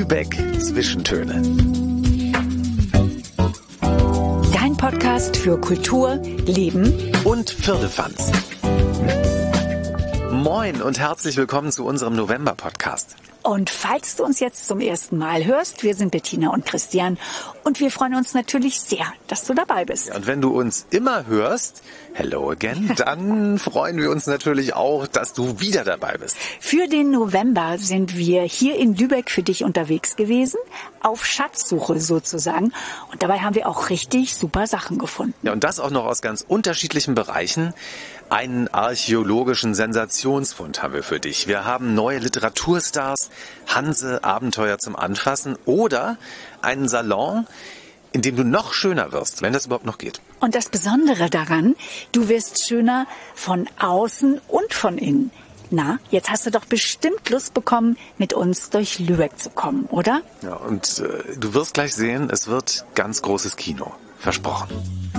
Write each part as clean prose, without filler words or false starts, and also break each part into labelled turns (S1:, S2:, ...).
S1: Lübeck Zwischentöne.
S2: Dein Podcast für Kultur, Leben
S1: und Firlefanz. Moin und herzlich willkommen zu unserem November-Podcast.
S2: Und falls du uns jetzt zum ersten Mal hörst, wir sind Bettina und Christian und wir freuen uns natürlich sehr, dass du dabei bist.
S1: Ja, und wenn du uns immer hörst, hello again, dann freuen wir uns natürlich auch, dass du wieder dabei bist.
S2: Für den November sind wir hier in Lübeck für dich unterwegs gewesen, auf Schatzsuche sozusagen. Und dabei haben wir auch richtig super Sachen gefunden.
S1: Ja, und das auch noch aus ganz unterschiedlichen Bereichen. Einen archäologischen Sensationsfund haben wir für dich. Wir haben neue Literaturstars, Hanse-Abenteuer zum Anfassen oder einen Salon, in dem du noch schöner wirst, wenn das überhaupt noch geht.
S2: Und das Besondere daran, du wirst schöner von außen und von innen. Na, jetzt hast du doch bestimmt Lust bekommen, mit uns durch Lübeck zu kommen, oder?
S1: Ja, und du wirst gleich sehen, es wird ganz großes Kino. Versprochen.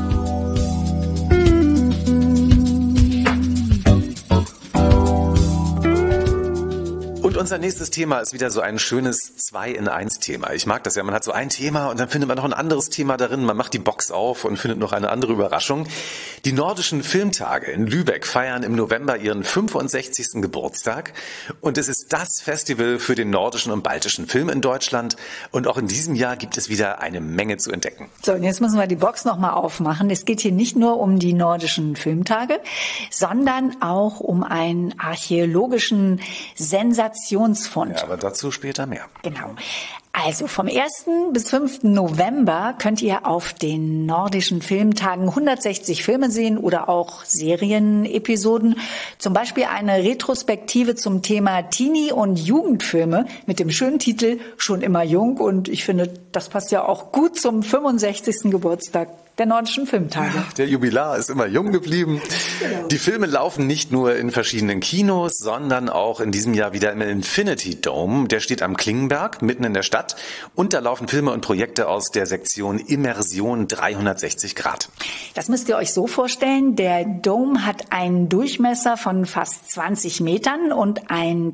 S1: Und unser nächstes Thema ist wieder so ein schönes 2-in-1-Thema. Ich mag das ja, man hat so ein Thema und dann findet man noch ein anderes Thema darin. Man macht die Box auf und findet noch eine andere Überraschung. Die Nordischen Filmtage in Lübeck feiern im November ihren 65. Geburtstag. Und es ist das Festival für den nordischen und baltischen Film in Deutschland. Und auch in diesem Jahr gibt es wieder eine Menge zu entdecken.
S2: So, und jetzt müssen wir die Box nochmal aufmachen. Es geht hier nicht nur um die Nordischen Filmtage, sondern auch um einen archäologischen Sensationsfund.
S1: Ja, aber dazu später mehr.
S2: Genau. Also vom 1. bis 5. November könnt ihr auf den Nordischen Filmtagen 160 Filme sehen oder auch Serienepisoden. Zum Beispiel eine Retrospektive zum Thema Teenie- und Jugendfilme mit dem schönen Titel Schon immer jung. Und ich finde, das passt ja auch gut zum 65. Geburtstag der Nordischen Filmtage.
S1: Der Jubilar ist immer jung geblieben.
S2: Genau.
S1: Die Filme laufen nicht nur in verschiedenen Kinos, sondern auch in diesem Jahr wieder im Infinity Dome. Der steht am Klingenberg, mitten in der Stadt. Und da laufen Filme und Projekte aus der Sektion Immersion 360 Grad.
S2: Das müsst ihr euch so vorstellen. Der Dome hat einen Durchmesser von fast 20 Metern und einen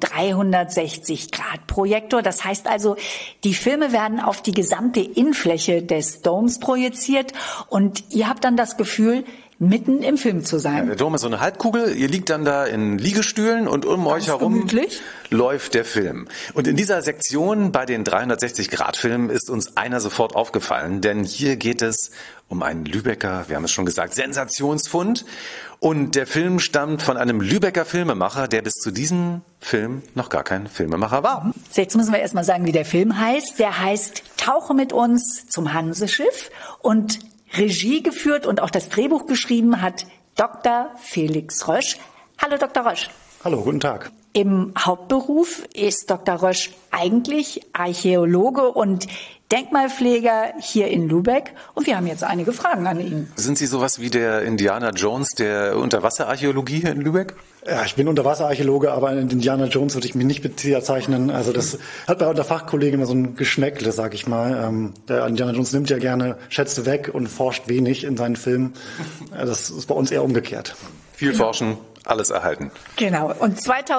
S2: 360-Grad-Projektor. Das heißt also, die Filme werden auf die gesamte Innenfläche des Domes projiziert. Und ihr habt dann das Gefühl, mitten im Film zu sein.
S1: Ja, der Dom ist so eine Halbkugel, ihr liegt dann da in Liegestühlen und um euch herum
S2: gemütlich
S1: läuft der Film. Und in dieser Sektion bei den 360-Grad-Filmen ist uns einer sofort aufgefallen, denn hier geht es um einen Lübecker, wir haben es schon gesagt, Sensationsfund. Und der Film stammt von einem Lübecker Filmemacher, der bis zu diesem Film noch gar kein Filmemacher war.
S2: Jetzt müssen wir erstmal sagen, wie der Film heißt. Der heißt Tauche mit uns zum Hanseschiff und Regie geführt und auch das Drehbuch geschrieben hat Dr. Felix Rösch. Hallo Dr. Rösch.
S3: Hallo, guten Tag.
S2: Im Hauptberuf ist Dr. Rösch eigentlich Archäologe und Denkmalpfleger hier in Lübeck. Und wir haben jetzt einige Fragen an ihn.
S1: Sind Sie sowas wie der Indiana Jones der Unterwasserarchäologie hier in Lübeck?
S3: Ja, ich bin Unterwasserarchäologe, aber in Indiana Jones würde ich mich nicht bezeichnen. Also das hat bei unter Fachkollegen immer so ein Geschmäckle, sag ich mal. Der Indiana Jones nimmt ja gerne Schätze weg und forscht wenig in seinen Filmen. Das ist bei uns eher umgekehrt.
S1: Viel forschen, alles erhalten.
S2: Genau. Und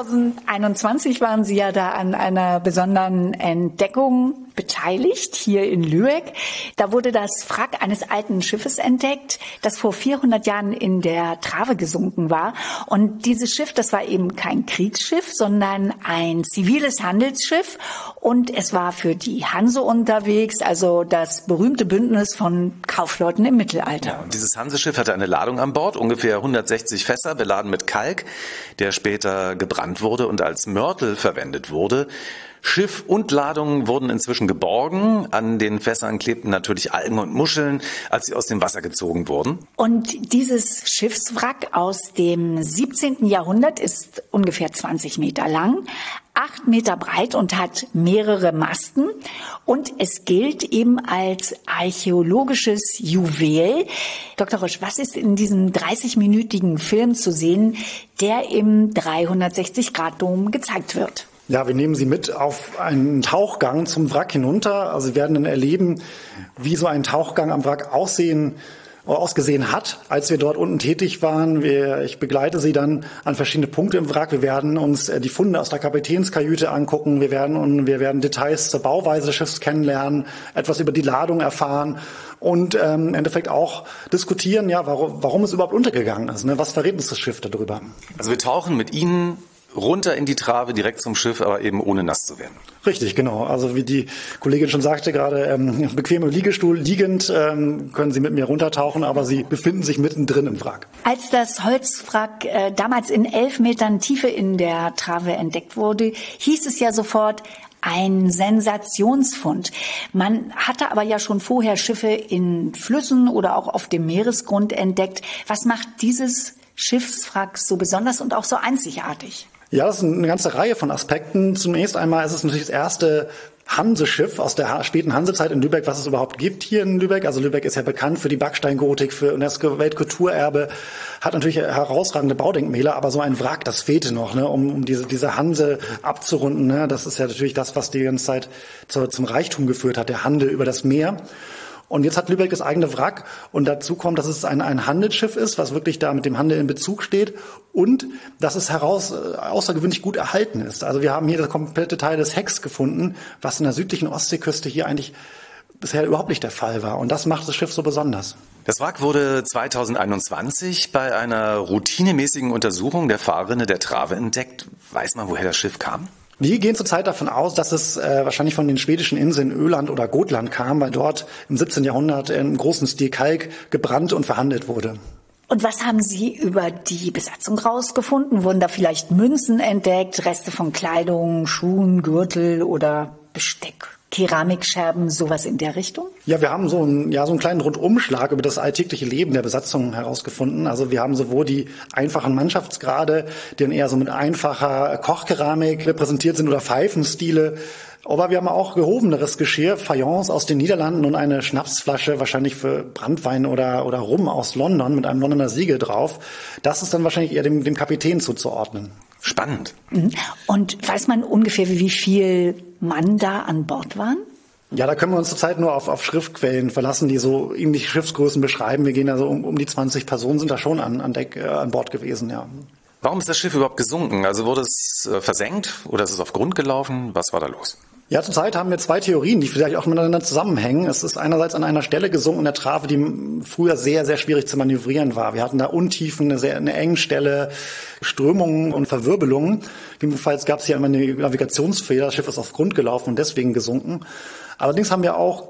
S2: 2021 waren Sie ja da an einer besonderen Entdeckung beteiligt, hier in Lübeck. Da wurde das Wrack eines alten Schiffes entdeckt, das vor 400 Jahren in der Trave gesunken war. Und dieses Schiff, das war eben kein Kriegsschiff, sondern ein ziviles Handelsschiff. Und es war für die Hanse unterwegs, also das berühmte Bündnis von Kaufleuten im Mittelalter.
S1: Ja, und dieses Hanseschiff hatte eine Ladung an Bord, ungefähr 160 Fässer, beladen mit Kalk, der später gebrannt wurde und als Mörtel verwendet wurde. Schiff und Ladung wurden inzwischen geborgen. An den Fässern klebten natürlich Algen und Muscheln, als sie aus dem Wasser gezogen wurden.
S2: Und dieses Schiffswrack aus dem 17. Jahrhundert ist ungefähr 20 Meter lang, 8 Meter breit und hat mehrere Masten. Und es gilt eben als archäologisches Juwel. Dr. Rösch, was ist in diesem 30-minütigen Film zu sehen, der im 360-Grad-Dom gezeigt wird?
S3: Ja, wir nehmen Sie mit auf einen Tauchgang zum Wrack hinunter. Also Sie werden dann erleben, wie so ein Tauchgang am Wrack aussehen ausgesehen hat, als wir dort unten tätig waren. Ich begleite Sie dann an verschiedene Punkte im Wrack. Wir werden uns die Funde aus der Kapitänskajüte angucken. Wir werden Details zur Bauweise des Schiffs kennenlernen, etwas über die Ladung erfahren und im Endeffekt auch diskutieren, ja, warum es überhaupt untergegangen ist. Ne? Was verrät uns das Schiff darüber?
S1: Also wir tauchen mit Ihnen runter in die Trave, direkt zum Schiff, aber eben ohne nass zu werden.
S3: Richtig, genau. Also wie die Kollegin schon sagte gerade, bequem im Liegestuhl liegend können Sie mit mir runtertauchen, aber Sie befinden sich mittendrin im Wrack.
S2: Als das Holzwrack damals in 11 Metern Tiefe in der Trave entdeckt wurde, hieß es ja sofort, ein Sensationsfund. Man hatte aber ja schon vorher Schiffe in Flüssen oder auch auf dem Meeresgrund entdeckt. Was macht dieses Schiffswrack so besonders und auch so einzigartig?
S3: Ja, das ist eine ganze Reihe von Aspekten. Zunächst einmal ist es natürlich das erste Hanseschiff aus der späten Hansezeit in Lübeck, was es überhaupt gibt hier in Lübeck. Also Lübeck ist ja bekannt für die Backsteingotik, für UNESCO-Weltkulturerbe, hat natürlich herausragende Baudenkmäler, aber so ein Wrack, das fehlte noch, ne, um diese Hanse abzurunden. Ne. Das ist ja natürlich das, was die ganze Zeit zum Reichtum geführt hat, der Handel über das Meer. Und jetzt hat Lübeck das eigene Wrack und dazu kommt, dass es ein Handelsschiff ist, was wirklich da mit dem Handel in Bezug steht und dass es außergewöhnlich gut erhalten ist. Also wir haben hier das komplette Teil des Hecks gefunden, was in der südlichen Ostseeküste hier eigentlich bisher überhaupt nicht der Fall war. Und das macht das Schiff so besonders.
S1: Das Wrack wurde 2021 bei einer routinemäßigen Untersuchung der Fahrrinne der Trave entdeckt. Weiß man, woher das Schiff kam?
S3: Wir gehen zurzeit davon aus, dass es wahrscheinlich von den schwedischen Inseln Öland oder Gotland kam, weil dort im 17. Jahrhundert im großen Stil Kalk gebrannt und verhandelt wurde.
S2: Und was haben Sie über die Besatzung rausgefunden? Wurden da vielleicht Münzen entdeckt, Reste von Kleidung, Schuhen, Gürtel oder Besteck? Keramikscherben, sowas in der Richtung?
S3: Ja, wir haben so einen kleinen Rundumschlag über das alltägliche Leben der Besatzung herausgefunden. Also wir haben sowohl die einfachen Mannschaftsgrade, die dann eher so mit einfacher Kochkeramik repräsentiert sind oder Pfeifenstile. Aber wir haben auch gehobeneres Geschirr, Fayence aus den Niederlanden und eine Schnapsflasche, wahrscheinlich für Branntwein oder Rum aus London mit einem Londoner Siegel drauf. Das ist dann wahrscheinlich eher dem Kapitän zuzuordnen.
S1: Spannend.
S2: Und weiß man ungefähr, wie viel Mann da an Bord waren?
S3: Ja, da können wir uns zurzeit nur auf Schriftquellen verlassen, die so ähnliche Schiffsgrößen beschreiben. Wir gehen also um die 20 Personen sind da schon an Bord gewesen, ja.
S1: Warum ist das Schiff überhaupt gesunken? Also wurde es versenkt oder ist es auf Grund gelaufen? Was war da los?
S3: Ja, zurzeit haben wir zwei Theorien, die vielleicht auch miteinander zusammenhängen. Es ist einerseits an einer Stelle gesunken in der Trave, die früher sehr, sehr schwierig zu manövrieren war. Wir hatten da Untiefen, eine enge Stelle, Strömungen und Verwirbelungen. Jedenfalls gab es hier einmal eine Navigationsfehler. Das Schiff ist auf Grund gelaufen und deswegen gesunken. Allerdings haben wir auch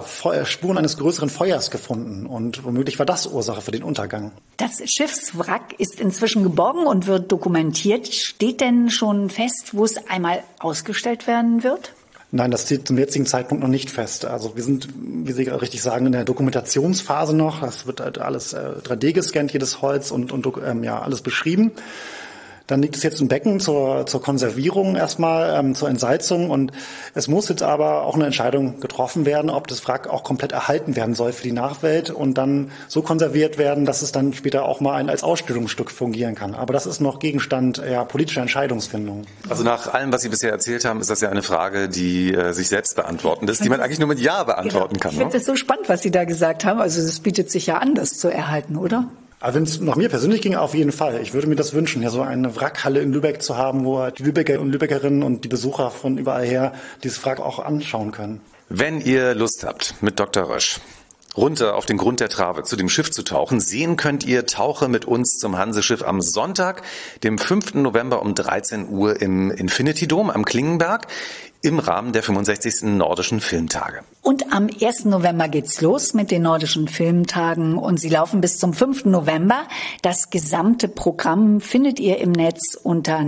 S3: Spuren eines größeren Feuers gefunden und womöglich war das Ursache für den Untergang.
S2: Das Schiffswrack ist inzwischen geborgen und wird dokumentiert. Steht denn schon fest, wo es einmal ausgestellt werden wird?
S3: Nein, das steht zum jetzigen Zeitpunkt noch nicht fest. Also wir sind, wie Sie richtig sagen, in der Dokumentationsphase noch. Das wird halt alles 3D gescannt, jedes Holz und alles beschrieben. Dann liegt es jetzt im Becken zur Konservierung erstmal, zur Entsalzung und es muss jetzt aber auch eine Entscheidung getroffen werden, ob das Wrack auch komplett erhalten werden soll für die Nachwelt und dann so konserviert werden, dass es dann später auch mal als Ausstellungsstück fungieren kann. Aber das ist noch Gegenstand politischer Entscheidungsfindung.
S1: Also nach allem, was Sie bisher erzählt haben, ist das ja eine Frage, die sich selbst beantworten lässt, die man eigentlich nur mit Ja beantworten kann.
S2: Ich finde das so spannend, was Sie da gesagt haben. Also es bietet sich ja an, das zu erhalten, oder?
S3: Aber wenn es nach mir persönlich ging, auf jeden Fall. Ich würde mir das wünschen, ja so eine Wrackhalle in Lübeck zu haben, wo die Lübecker und Lübeckerinnen und die Besucher von überall her dieses Wrack auch anschauen können.
S1: Wenn ihr Lust habt, mit Dr. Rösch runter auf den Grund der Trave zu dem Schiff zu tauchen, sehen könnt ihr Tauche mit uns zum Hanseschiff am Sonntag, dem 5. November um 13 Uhr im Infinity Dome am Klingenberg im Rahmen der 65. Nordischen Filmtage.
S2: Und am 1. November geht's los mit den Nordischen Filmtagen und sie laufen bis zum 5. November. Das gesamte Programm findet ihr im Netz unter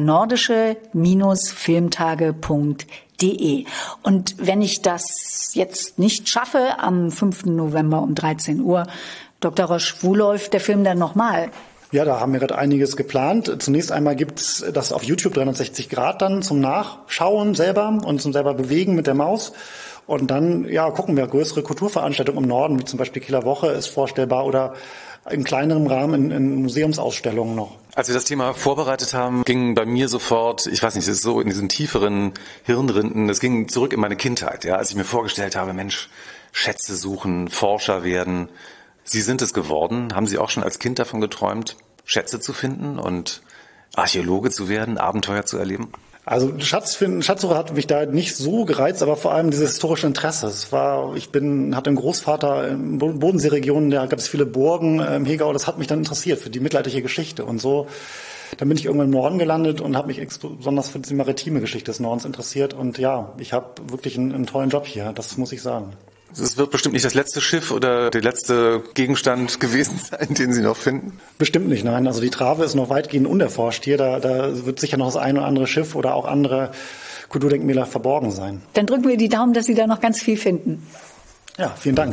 S2: nordische-filmtage.de. Und wenn ich das jetzt nicht schaffe, am 5. November um 13 Uhr, Dr. Rösch, wo läuft der Film dann nochmal?
S3: Ja, da haben wir gerade einiges geplant. Zunächst einmal gibt's das auf YouTube 360 Grad dann zum Nachschauen selber und zum selber Bewegen mit der Maus. Und dann gucken wir, größere Kulturveranstaltungen im Norden, wie zum Beispiel Kieler Woche, ist vorstellbar oder in kleinerem Rahmen in Museumsausstellungen noch.
S1: Als wir das Thema vorbereitet haben, ging bei mir sofort, ich weiß nicht, es ist so in diesen tieferen Hirnrinden, es ging zurück in meine Kindheit, als ich mir vorgestellt habe, Mensch, Schätze suchen, Forscher werden, Sie sind es geworden. Haben Sie auch schon als Kind davon geträumt, Schätze zu finden und Archäologe zu werden, Abenteuer zu erleben?
S3: Also Schatzsuche hat mich da nicht so gereizt, aber vor allem dieses historische Interesse. Hatte einen Großvater in Bodenseeregionen, da gab es viele Burgen im Hegau, das hat mich dann interessiert für die mittelalterliche Geschichte und so. Dann bin ich irgendwann im Norden gelandet und habe mich besonders für die maritime Geschichte des Nordens interessiert und ja, ich habe wirklich einen tollen Job hier, das muss ich sagen.
S1: Es wird bestimmt nicht das letzte Schiff oder der letzte Gegenstand gewesen sein, den Sie noch finden?
S3: Bestimmt nicht, nein. Also die Trave ist noch weitgehend unerforscht hier. Da wird sicher noch das ein oder andere Schiff oder auch andere Kulturdenkmäler verborgen sein.
S2: Dann drücken wir die Daumen, dass Sie da noch ganz viel finden.
S3: Ja, vielen Dank.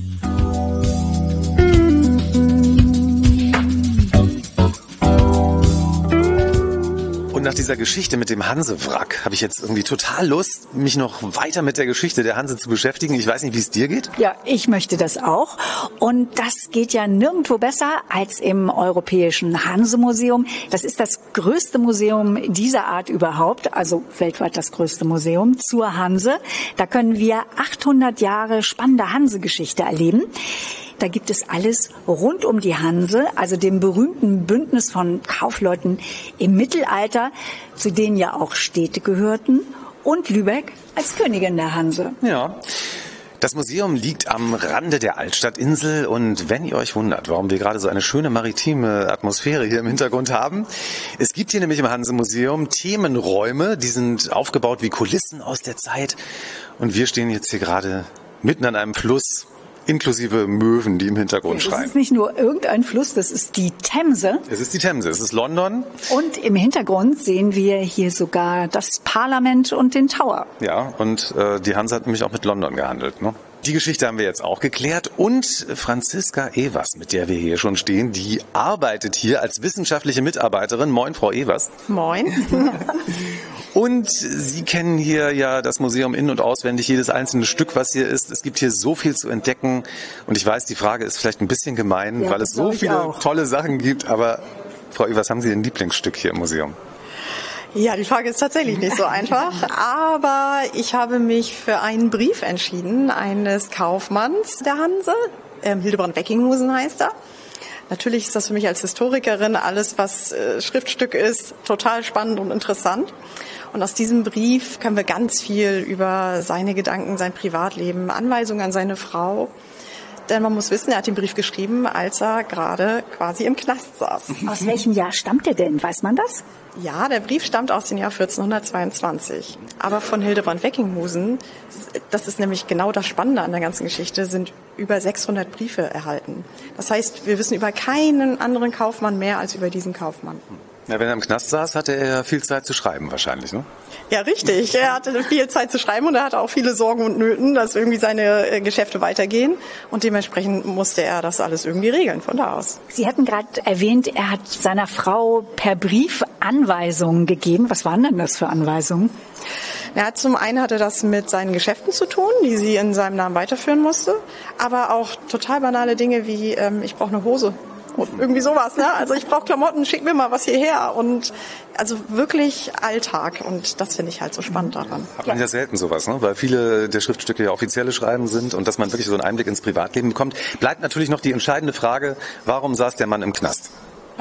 S1: Und nach dieser Geschichte mit dem Hanse-Wrack habe ich jetzt irgendwie total Lust, mich noch weiter mit der Geschichte der Hanse zu beschäftigen. Ich weiß nicht, wie es dir geht.
S2: Ja, ich möchte das auch. Und das geht ja nirgendwo besser als im Europäischen Hanse-Museum. Das ist das größte Museum dieser Art überhaupt, also weltweit das größte Museum zur Hanse. Da können wir 800 Jahre spannende Hanse-Geschichte erleben. Da gibt es alles rund um die Hanse, also dem berühmten Bündnis von Kaufleuten im Mittelalter, zu denen ja auch Städte gehörten, und Lübeck als Königin der Hanse.
S1: Ja. Das Museum liegt am Rande der Altstadtinsel und wenn ihr euch wundert, warum wir gerade so eine schöne maritime Atmosphäre hier im Hintergrund haben, es gibt hier nämlich im Hanse-Museum Themenräume, die sind aufgebaut wie Kulissen aus der Zeit und wir stehen jetzt hier gerade mitten an einem Fluss, inklusive Möwen, die im Hintergrund schreien.
S2: Das ist nicht nur irgendein Fluss, das ist die Themse.
S1: Es ist die Themse, es ist London.
S2: Und im Hintergrund sehen wir hier sogar das Parlament und den Tower.
S1: Ja, und die Hanse hat nämlich auch mit London gehandelt, ne? Die Geschichte haben wir jetzt auch geklärt und Franziska Evers, mit der wir hier schon stehen, die arbeitet hier als wissenschaftliche Mitarbeiterin. Moin, Frau Evers.
S4: Moin.
S1: Und Sie kennen hier ja das Museum in- und auswendig, jedes einzelne Stück, was hier ist. Es gibt hier so viel zu entdecken und ich weiß, die Frage ist vielleicht ein bisschen gemein,
S2: ja,
S1: weil es so viele tolle Sachen gibt, aber Frau Evers, haben Sie ein Lieblingsstück hier im Museum?
S4: Ja, die Frage ist tatsächlich nicht so einfach, aber ich habe mich für einen Brief entschieden, eines Kaufmanns der Hanse, Hildebrand Beckinghusen heißt er. Natürlich ist das für mich als Historikerin alles, was Schriftstück ist, total spannend und interessant. Und aus diesem Brief können wir ganz viel über seine Gedanken, sein Privatleben, Anweisungen an seine Frau. Denn man muss wissen, er hat den Brief geschrieben, als er gerade quasi im Knast saß.
S2: Aus welchem Jahr stammt er denn? Weiß man das?
S4: Ja, der Brief stammt aus dem Jahr 1422. Aber von Hildebrand Beckinghusen, das ist nämlich genau das Spannende an der ganzen Geschichte, sind über 600 Briefe erhalten. Das heißt, wir wissen über keinen anderen Kaufmann mehr als über diesen Kaufmann.
S1: Ja, wenn er im Knast saß, hatte er viel Zeit zu schreiben wahrscheinlich, ne?
S4: Ja, richtig. Er hatte viel Zeit zu schreiben und er hatte auch viele Sorgen und Nöten, dass irgendwie seine Geschäfte weitergehen. Und dementsprechend musste er das alles irgendwie regeln von da aus.
S2: Sie hatten gerade erwähnt, er hat seiner Frau per Brief Anweisungen gegeben. Was waren denn das für Anweisungen?
S4: Ja, zum einen hatte das mit seinen Geschäften zu tun, die sie in seinem Namen weiterführen musste. Aber auch total banale Dinge wie, ich brauche eine Hose. Und irgendwie sowas, ne? Also ich brauche Klamotten, schick mir mal was hierher. Und also wirklich Alltag. Und das finde ich halt so spannend daran.
S1: Hat man ja selten sowas, ne? Weil viele der Schriftstücke ja offizielle Schreiben sind und dass man wirklich so einen Einblick ins Privatleben bekommt. Bleibt natürlich noch die entscheidende Frage, warum saß der Mann im Knast?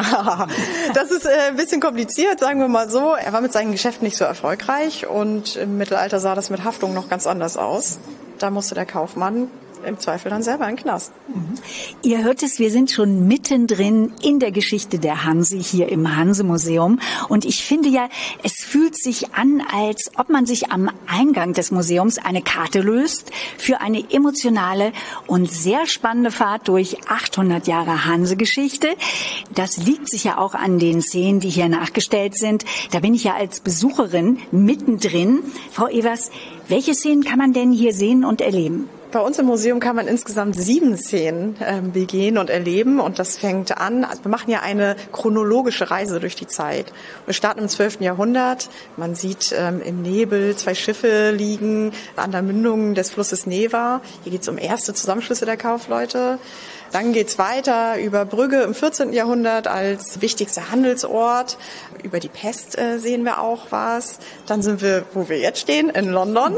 S4: Das ist ein bisschen kompliziert, sagen wir mal so. Er war mit seinen Geschäften nicht so erfolgreich und im Mittelalter sah das mit Haftung noch ganz anders aus. Da musste der Kaufmann im Zweifel dann selber in den Knast.
S2: Ihr hört es, wir sind schon mittendrin in der Geschichte der Hanse hier im Hanse-Museum. Und ich finde ja, es fühlt sich an, als ob man sich am Eingang des Museums eine Karte löst für eine emotionale und sehr spannende Fahrt durch 800 Jahre Hanse-Geschichte. Das liegt sicher auch an den Szenen, die hier nachgestellt sind. Da bin ich ja als Besucherin mittendrin. Frau Evers, welche Szenen kann man denn hier sehen und erleben?
S4: Bei uns im Museum kann man insgesamt 7 Szenen begehen und erleben. Und das fängt an, also wir machen ja eine chronologische Reise durch die Zeit. Wir starten im 12. Jahrhundert. Man sieht im Nebel 2 Schiffe liegen an der Mündung des Flusses Neva. Hier geht es um erste Zusammenschlüsse der Kaufleute. Dann geht's weiter über Brügge im 14. Jahrhundert als wichtigster Handelsort. Über die Pest sehen wir auch was. Dann sind wir, wo wir jetzt stehen, in London.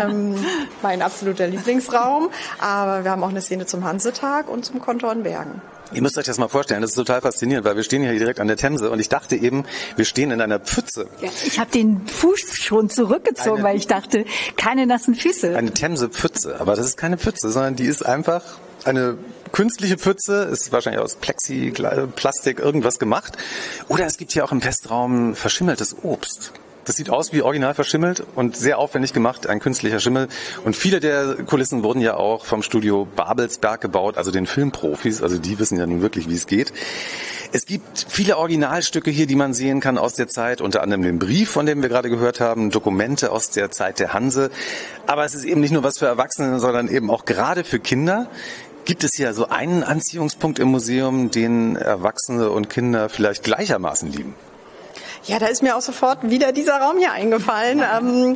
S4: Mein absoluter Lieblingsraum. Aber wir haben auch eine Szene zum Hansetag und zum Kontor in Bergen.
S1: Ihr müsst euch das mal vorstellen, das ist total faszinierend, weil wir stehen hier direkt an der Themse und ich dachte eben, wir stehen in einer Pfütze.
S2: Ja, ich habe den Fuß schon zurückgezogen, weil ich dachte, keine nassen Füße.
S1: Eine Themse-Pfütze, aber das ist keine Pfütze, sondern die ist einfach eine künstliche Pfütze, ist wahrscheinlich aus Plexi, Plastik, irgendwas gemacht. Oder es gibt hier auch im Pestraum verschimmeltes Obst. Das sieht aus wie original verschimmelt und sehr aufwendig gemacht, ein künstlicher Schimmel. Und viele der Kulissen wurden ja auch vom Studio Babelsberg gebaut, also den Filmprofis, also die wissen ja nun wirklich, wie es geht. Es gibt viele Originalstücke hier, die man sehen kann aus der Zeit, unter anderem den Brief, von dem wir gerade gehört haben, Dokumente aus der Zeit der Hanse. Aber es ist eben nicht nur was für Erwachsene, sondern eben auch gerade für Kinder. Gibt es hier so einen Anziehungspunkt im Museum, den Erwachsene und Kinder vielleicht gleichermaßen lieben?
S4: Ja, da ist mir auch sofort wieder dieser Raum hier eingefallen.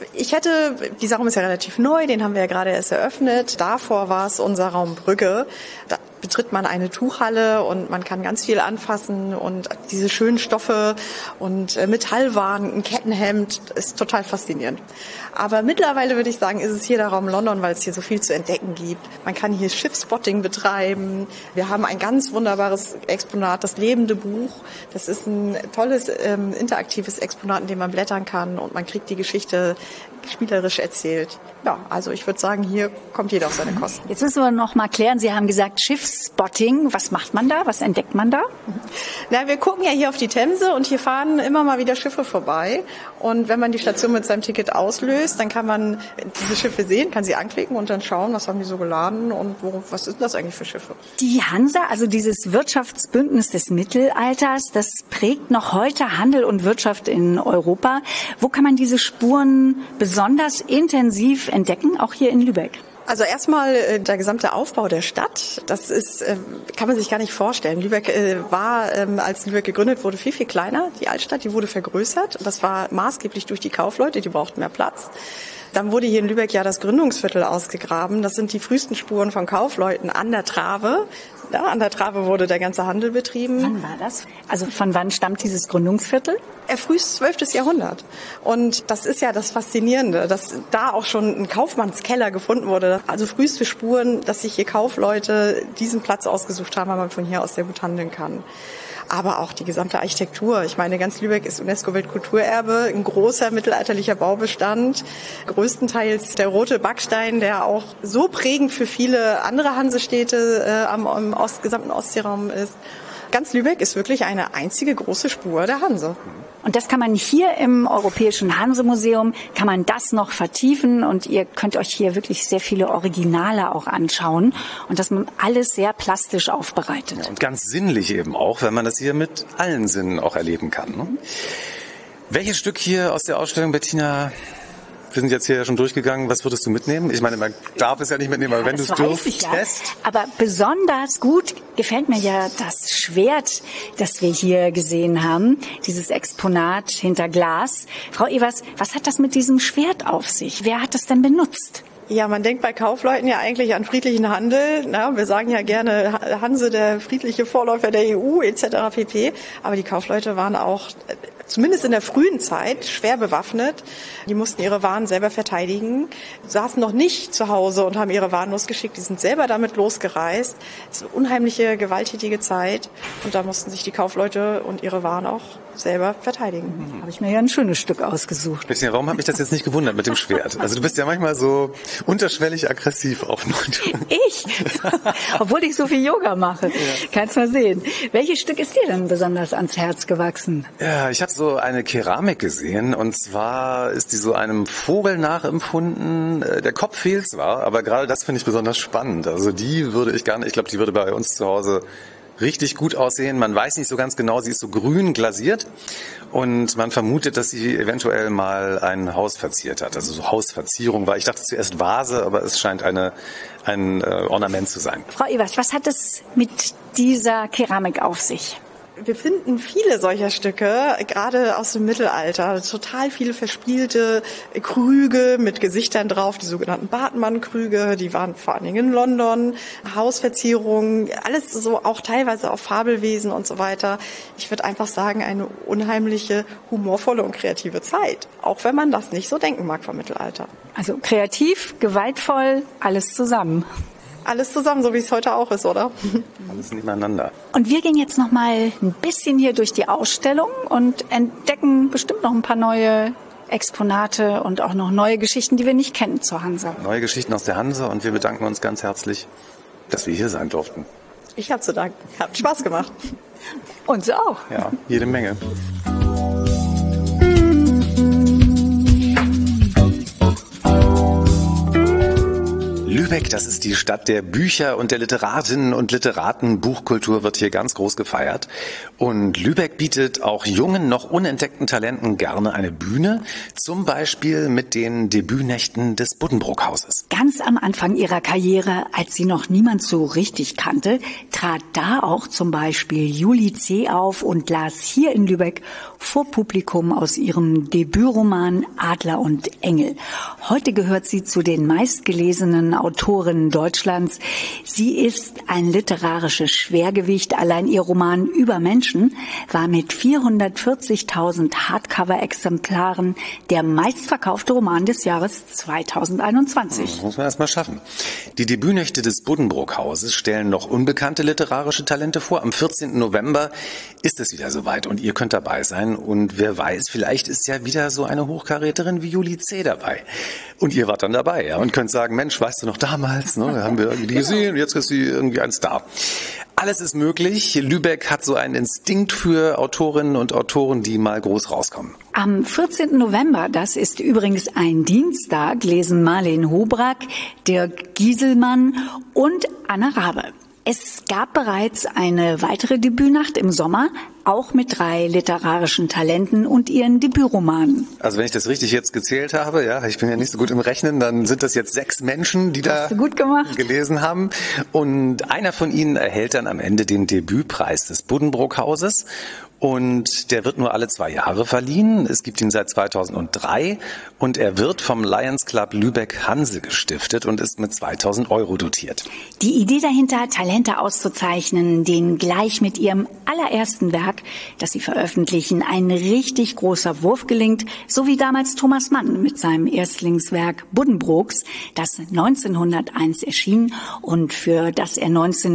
S4: Dieser Raum ist ja relativ neu, den haben wir ja gerade erst eröffnet. Davor war es unser Raum Brügge. Da betritt man eine Tuchhalle und man kann ganz viel anfassen und diese schönen Stoffe und Metallwaren, ein Kettenhemd, ist total faszinierend. Aber mittlerweile würde ich sagen, ist es hier der Raum London, weil es hier so viel zu entdecken gibt. Man kann hier Schiffsspotting betreiben. Wir haben ein ganz wunderbares Exponat, das lebende Buch. Das ist ein tolles interaktives Exponat, in dem man blättern kann und man kriegt die Geschichte spielerisch erzählt. Ja, also ich würde sagen, hier kommt jeder auf seine Kosten.
S2: Jetzt müssen wir noch mal klären, Sie haben gesagt Schiffsspotting. Was macht man da? Was entdeckt man da?
S4: Na, wir gucken ja hier auf die Themse und hier fahren immer mal wieder Schiffe vorbei. Und wenn man die Station mit seinem Ticket auslöst, dann kann man diese Schiffe sehen, kann sie anklicken und dann schauen, was haben die so geladen und was sind das eigentlich für Schiffe.
S2: Die Hansa, also dieses Wirtschaftsbündnis des Mittelalters, das prägt noch heute Handel und Wirtschaft in Europa. Wo kann man diese Spuren besonders intensiv entdecken, auch hier in Lübeck?
S4: Also erstmal der gesamte Aufbau der Stadt, das ist, kann man sich gar nicht vorstellen. Lübeck war, als Lübeck gegründet wurde, viel, viel kleiner. Die Altstadt, die wurde vergrößert. Das war maßgeblich durch die Kaufleute, die brauchten mehr Platz. Dann wurde hier in Lübeck ja das Gründungsviertel ausgegraben. Das sind die frühesten Spuren von Kaufleuten an der Trave. Ja, an der Trave wurde der ganze Handel betrieben.
S2: Wann war das? Also von wann stammt dieses Gründungsviertel?
S4: Frühes 12. Jahrhundert. Und das ist ja das Faszinierende, dass da auch schon ein Kaufmannskeller gefunden wurde. Also früheste Spuren, dass sich hier Kaufleute diesen Platz ausgesucht haben, weil man von hier aus sehr gut handeln kann. Aber auch die gesamte Architektur. Ich meine, ganz Lübeck ist UNESCO-Weltkulturerbe, ein großer mittelalterlicher Baubestand. Größtenteils der rote Backstein, der auch so prägend für viele andere Hansestädte im gesamten Ostseeraum ist. Ganz Lübeck ist wirklich eine einzige große Spur der Hanse.
S2: Und das kann man hier im Europäischen Hanse-Museum, kann man das noch vertiefen und ihr könnt euch hier wirklich sehr viele Originale auch anschauen und das alles sehr plastisch aufbereitet.
S1: Ja, und ganz sinnlich eben auch, weil man das hier mit allen Sinnen auch erleben kann. Ne? Welches Stück hier aus der Ausstellung, Bettina, wir sind jetzt hier ja schon durchgegangen, was würdest du mitnehmen? Ich meine, man darf es ja nicht mitnehmen, aber wenn du es dürftest. Ja.
S2: Aber besonders gut gefällt mir ja das Schwert, das wir hier gesehen haben, dieses Exponat hinter Glas. Frau Evers, was hat das mit diesem Schwert auf sich? Wer hat das denn benutzt?
S4: Ja, man denkt bei Kaufleuten ja eigentlich an friedlichen Handel. Na, wir sagen ja gerne Hanse, der friedliche Vorläufer der EU etc. pp. Aber die Kaufleute waren auch zumindest in der frühen Zeit schwer bewaffnet. Die mussten ihre Waren selber verteidigen, saßen noch nicht zu Hause und haben ihre Waren losgeschickt. Die sind selber damit losgereist. Es ist eine unheimliche, gewalttätige Zeit. Und da mussten sich die Kaufleute und ihre Waren auch selber verteidigen.
S2: Habe ich mir ja ein schönes Stück ausgesucht.
S1: Bettina, warum hat mich das jetzt nicht gewundert mit dem Schwert? Also du bist ja manchmal so unterschwellig aggressiv auch noch.
S2: Ich? Obwohl ich so viel Yoga mache. Ja. Kannst mal sehen. Welches Stück ist dir denn besonders ans Herz gewachsen?
S1: Ja, ich habe so eine Keramik gesehen und zwar ist die so einem Vogel nachempfunden. Der Kopf fehlt zwar, aber gerade das finde ich besonders spannend. Also die würde ich gerne, ich glaube, die würde bei uns zu Hause richtig gut aussehen. Man weiß nicht so ganz genau, sie ist so grün glasiert und man vermutet, dass sie eventuell mal ein Haus verziert hat. Also so Hausverzierung war. Ich dachte zuerst Vase, aber es scheint ein Ornament zu sein.
S2: Frau Evers, was hat es mit dieser Keramik auf sich?
S4: Wir finden viele solcher Stücke, gerade aus dem Mittelalter. Total viele verspielte Krüge mit Gesichtern drauf, die sogenannten Bartmann-Krüge, die waren vor allen Dingen in London. Hausverzierungen, alles so auch teilweise auf Fabelwesen und so weiter. Ich würde einfach sagen, eine unheimliche, humorvolle und kreative Zeit. Auch wenn man das nicht so denken mag vom Mittelalter.
S2: Also kreativ, gewaltvoll, alles zusammen.
S4: Alles zusammen, so wie es heute auch ist, oder?
S1: Alles nebeneinander.
S2: Und wir gehen jetzt noch mal ein bisschen hier durch die Ausstellung und entdecken bestimmt noch ein paar neue Exponate und auch noch neue Geschichten, die wir nicht kennen zur Hanse.
S1: Neue Geschichten aus der Hanse und wir bedanken uns ganz herzlich, dass wir hier sein durften.
S4: Ich habe zu danken. Hat Spaß gemacht.
S2: Uns auch.
S1: Ja, jede Menge. Lübeck, das ist die Stadt der Bücher und der Literatinnen und Literaten. Buchkultur wird hier ganz groß gefeiert. Und Lübeck bietet auch jungen, noch unentdeckten Talenten gerne eine Bühne. Zum Beispiel mit den Debütnächten des Buddenbrookhauses.
S2: Ganz am Anfang ihrer Karriere, als sie noch niemand so richtig kannte, trat da auch zum Beispiel Julie C. auf und las hier in Lübeck vor Publikum aus ihrem Debütroman Adler und Engel. Heute gehört sie zu den meistgelesenen Autorinnen Deutschlands. Sie ist ein literarisches Schwergewicht. Allein ihr Roman Über Menschen war mit 440.000 Hardcover-Exemplaren der meistverkaufte Roman des Jahres 2021.
S1: Das muss man erst mal schaffen. Die Debütnächte des Buddenbrookhauses stellen noch unbekannte literarische Talente vor. Am 14. November ist es wieder soweit und ihr könnt dabei sein. Und wer weiß, vielleicht ist ja wieder so eine Hochkaräterin wie Julie C. dabei. Und ihr wart dann dabei, ja, und könnt sagen, Mensch, weißt du noch damals, ne, haben wir irgendwie gesehen, und jetzt ist sie irgendwie ein Star. Alles ist möglich. Lübeck hat so einen Instinkt für Autorinnen und Autoren, die mal groß rauskommen.
S2: Am 14. November, das ist übrigens ein Dienstag, lesen Marleen Hobrack, Dirk Gieselmann und Anna Rabe. Es gab bereits eine weitere Debütnacht im Sommer, auch mit 3 literarischen Talenten und ihren Debütromanen.
S1: Also wenn ich das richtig jetzt gezählt habe, ja, ich bin ja nicht so gut im Rechnen, dann sind das jetzt 6 Menschen, die da
S2: gut gemacht.
S1: Gelesen haben. Und einer von ihnen erhält dann am Ende den Debütpreis des Buddenbrookhauses. Und der wird nur alle 2 Jahre verliehen. Es gibt ihn seit 2003 und er wird vom Lions Club Lübeck Hanse gestiftet und ist mit 2.000 € dotiert.
S2: Die Idee dahinter, Talente auszuzeichnen, denen gleich mit ihrem allerersten Werk, das sie veröffentlichen, ein richtig großer Wurf gelingt, so wie damals Thomas Mann mit seinem Erstlingswerk Buddenbrooks, das 1901 erschien und für das er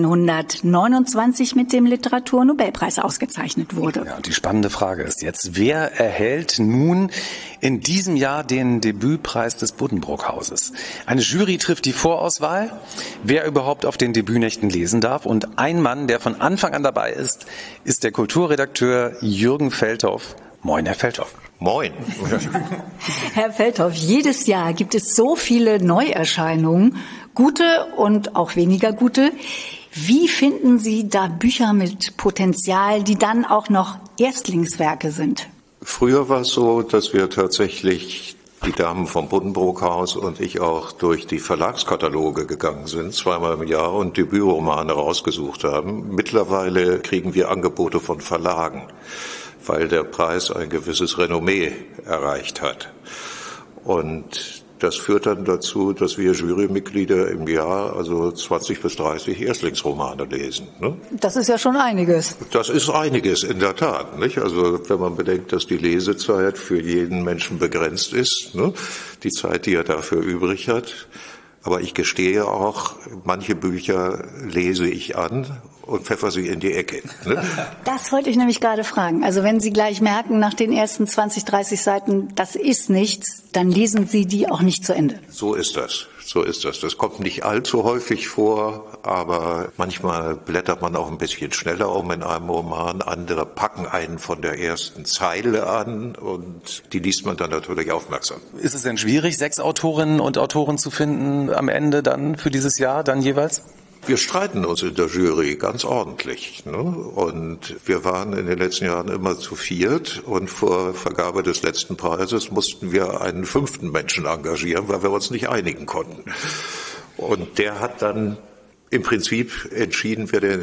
S2: 1929 mit dem Literaturnobelpreis ausgezeichnet wurde.
S1: Ja, und die spannende Frage ist jetzt, wer erhält nun in diesem Jahr den Debütpreis des Buddenbrookhauses? Eine Jury trifft die Vorauswahl, wer überhaupt auf den Debütnächten lesen darf. Und ein Mann, der von Anfang an dabei ist, ist der Kulturredakteur Jürgen Feldhoff. Moin, Herr Feldhoff.
S5: Moin.
S2: Herr Feldhoff, jedes Jahr gibt es so viele Neuerscheinungen, gute und auch weniger gute. Wie finden Sie da Bücher mit Potenzial, die dann auch noch Erstlingswerke sind?
S5: Früher war es so, dass wir tatsächlich, die Damen vom Buddenbrookhaus und ich auch durch die Verlagskataloge gegangen sind, 2-mal im Jahr und Debütromane rausgesucht haben. Mittlerweile kriegen wir Angebote von Verlagen, weil der Preis ein gewisses Renommee erreicht hat. Und das führt dann dazu, dass wir Jurymitglieder im Jahr also 20 bis 30 Erstlingsromane lesen. Ne?
S2: Das ist ja schon einiges.
S5: Das ist einiges, in der Tat. Nicht? Also wenn man bedenkt, dass die Lesezeit für jeden Menschen begrenzt ist, ne? Die Zeit, die er dafür übrig hat. Aber ich gestehe auch, manche Bücher lese ich an und pfeffer sie in die Ecke. Ne?
S2: Das wollte ich nämlich gerade fragen. Also wenn Sie gleich merken, nach den ersten 20, 30 Seiten, das ist nichts, dann lesen Sie die auch nicht zu Ende.
S5: So ist das. So ist das. Das kommt nicht allzu häufig vor, aber manchmal blättert man auch ein bisschen schneller um in einem Roman. Andere packen einen von der ersten Zeile an und die liest man dann natürlich aufmerksam.
S1: Ist es denn schwierig, 6 Autorinnen und Autoren zu finden am Ende dann für dieses Jahr dann jeweils?
S5: Wir streiten uns in der Jury ganz ordentlich, ne? Und wir waren in den letzten Jahren immer zu 4 und vor Vergabe des letzten Preises mussten wir einen 5. Menschen engagieren, weil wir uns nicht einigen konnten. Und der hat dann im Prinzip entschieden, wer den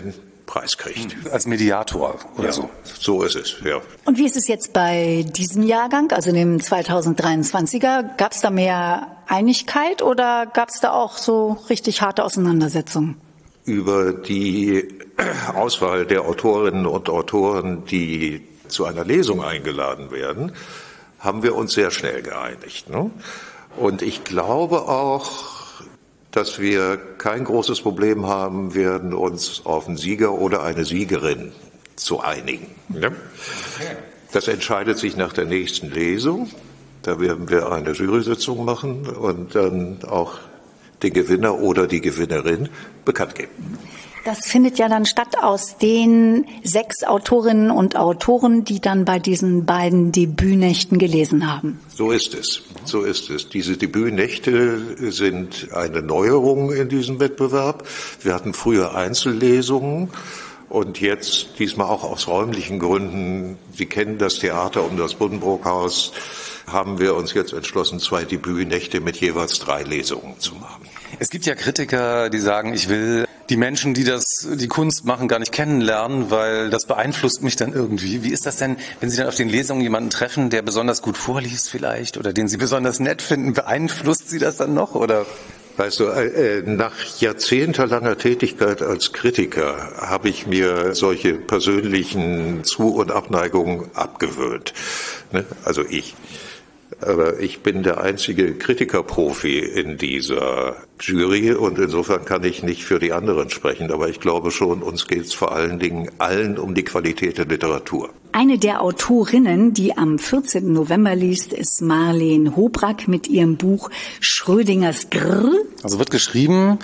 S5: Preis kriegt.
S1: Als Mediator oder so.
S5: So ist es, ja.
S2: Und wie ist es jetzt bei diesem Jahrgang, also dem 2023er? Gab es da mehr Einigkeit oder gab es da auch so richtig harte Auseinandersetzungen?
S5: Über die Auswahl der Autorinnen und Autoren, die zu einer Lesung eingeladen werden, haben wir uns sehr schnell geeinigt. Ne? Und ich glaube auch, dass wir kein großes Problem haben werden, uns auf einen Sieger oder eine Siegerin zu einigen. Ne? Das entscheidet sich nach der nächsten Lesung. Da werden wir eine Jury-Sitzung machen und dann auch den Gewinner oder die Gewinnerin bekannt geben.
S2: Das findet ja dann statt aus den 6 Autorinnen und Autoren, die dann bei diesen beiden Debütnächten gelesen haben.
S5: So ist es. So ist es. Diese Debütnächte sind eine Neuerung in diesem Wettbewerb. Wir hatten früher Einzellesungen und jetzt diesmal auch aus räumlichen Gründen. Sie kennen das Theater um das Buddenbrook-Haus. Haben wir uns jetzt entschlossen, 2 Debütnächte mit jeweils 3 Lesungen zu machen.
S1: Es gibt ja Kritiker, die sagen, ich will die Menschen, die die Kunst machen, gar nicht kennenlernen, weil das beeinflusst mich dann irgendwie. Wie ist das denn, wenn Sie dann auf den Lesungen jemanden treffen, der besonders gut vorliest vielleicht oder den Sie besonders nett finden, beeinflusst Sie das dann noch oder?
S5: Weißt du, nach jahrzehntelanger Tätigkeit als Kritiker habe ich mir solche persönlichen Zu- und Abneigungen abgewöhnt. Ne? Also ich. Aber ich bin der einzige Kritikerprofi in dieser Jury und insofern kann ich nicht für die anderen sprechen. Aber ich glaube schon, uns geht es vor allen Dingen allen um die Qualität der Literatur.
S2: Eine der Autorinnen, die am 14. November liest, ist Marleen Hobrack mit ihrem Buch Schrödingers Grrr.
S1: Also wird geschrieben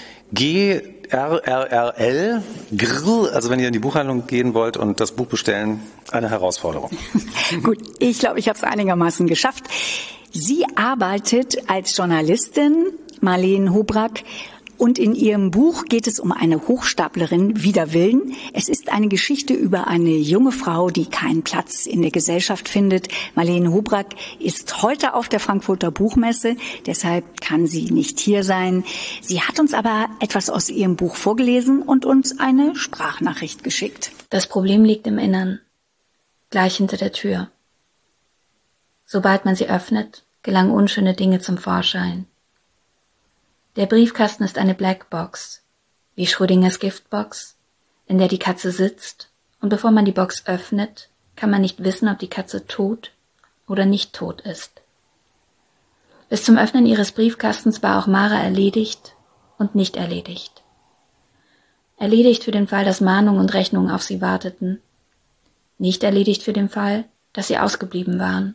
S1: GRRRL, Grrr, also wenn ihr in die Buchhandlung gehen wollt und das Buch bestellen, eine Herausforderung.
S2: Gut, ich glaube, ich habe es einigermaßen geschafft. Sie arbeitet als Journalistin, Marleen Hobrack, und in ihrem Buch geht es um eine Hochstaplerin wider Willen. Es ist eine Geschichte über eine junge Frau, die keinen Platz in der Gesellschaft findet. Marleen Hobrack ist heute auf der Frankfurter Buchmesse, deshalb kann sie nicht hier sein. Sie hat uns aber etwas aus ihrem Buch vorgelesen und uns eine Sprachnachricht geschickt.
S6: Das Problem liegt im Innern, gleich hinter der Tür. Sobald man sie öffnet, gelangen unschöne Dinge zum Vorschein. Der Briefkasten ist eine Blackbox, wie Schrödingers Giftbox, in der die Katze sitzt, und bevor man die Box öffnet, kann man nicht wissen, ob die Katze tot oder nicht tot ist. Bis zum Öffnen ihres Briefkastens war auch Mara erledigt und nicht erledigt. Erledigt für den Fall, dass Mahnungen und Rechnungen auf sie warteten, nicht erledigt für den Fall, dass sie ausgeblieben waren.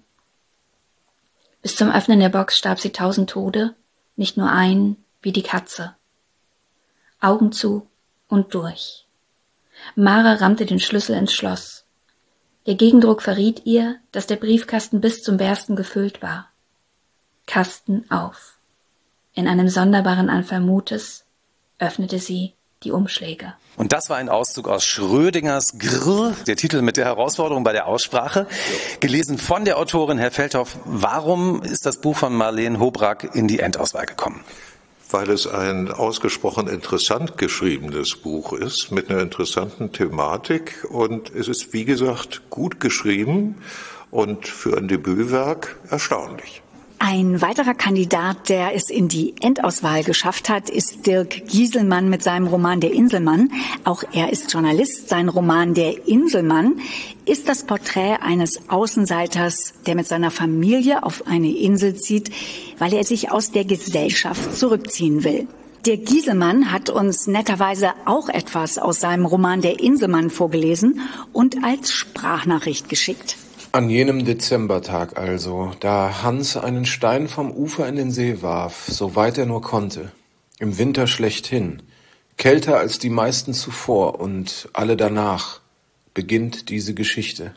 S6: Bis zum Öffnen der Box starb sie 1000 Tode, nicht nur einen, wie die Katze. Augen zu und durch. Mara rammte den Schlüssel ins Schloss. Der Gegendruck verriet ihr, dass der Briefkasten bis zum Bersten gefüllt war. Kasten auf. In einem sonderbaren Anfall Mutes öffnete sie die Umschläge.
S1: Und das war ein Auszug aus Schrödingers Grrr, der Titel mit der Herausforderung bei der Aussprache, gelesen von der Autorin, Herr Feldhoff. Warum ist das Buch von Marleen Hobrack in die Endauswahl gekommen?
S5: Weil es ein ausgesprochen interessant geschriebenes Buch ist, mit einer interessanten Thematik. Und es ist, wie gesagt, gut geschrieben und für ein Debütwerk erstaunlich.
S2: Ein weiterer Kandidat, der es in die Endauswahl geschafft hat, ist Dirk Gieselmann mit seinem Roman Der Inselmann. Auch er ist Journalist. Sein Roman Der Inselmann ist das Porträt eines Außenseiters, der mit seiner Familie auf eine Insel zieht, weil er sich aus der Gesellschaft zurückziehen will. Dirk Gieselmann hat uns netterweise auch etwas aus seinem Roman Der Inselmann vorgelesen und als Sprachnachricht geschickt.
S7: An jenem Dezembertag also, da Hans einen Stein vom Ufer in den See warf, so weit er nur konnte, im Winter schlechthin, kälter als die meisten zuvor und alle danach, beginnt diese Geschichte.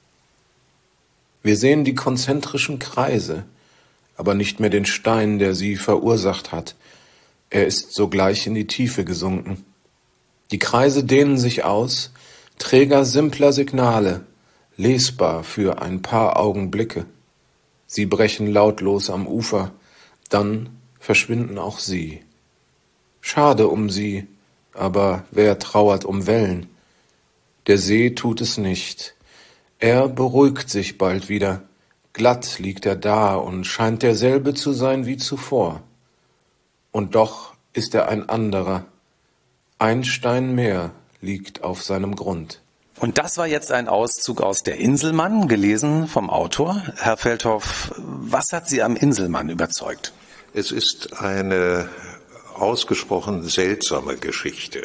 S7: Wir sehen die konzentrischen Kreise, aber nicht mehr den Stein, der sie verursacht hat. Er ist sogleich in die Tiefe gesunken. Die Kreise dehnen sich aus, Träger simpler Signale, lesbar für ein paar Augenblicke. Sie brechen lautlos am Ufer, dann verschwinden auch sie. Schade um sie, aber wer trauert um Wellen? Der See tut es nicht. Er beruhigt sich bald wieder. Glatt liegt er da und scheint derselbe zu sein wie zuvor. Und doch ist er ein anderer. Ein Stein mehr liegt auf seinem Grund.
S1: Und das war jetzt ein Auszug aus Der Inselmann, gelesen vom Autor. Herr Feldhoff, was hat Sie am Inselmann überzeugt?
S5: Es ist eine ausgesprochen seltsame Geschichte.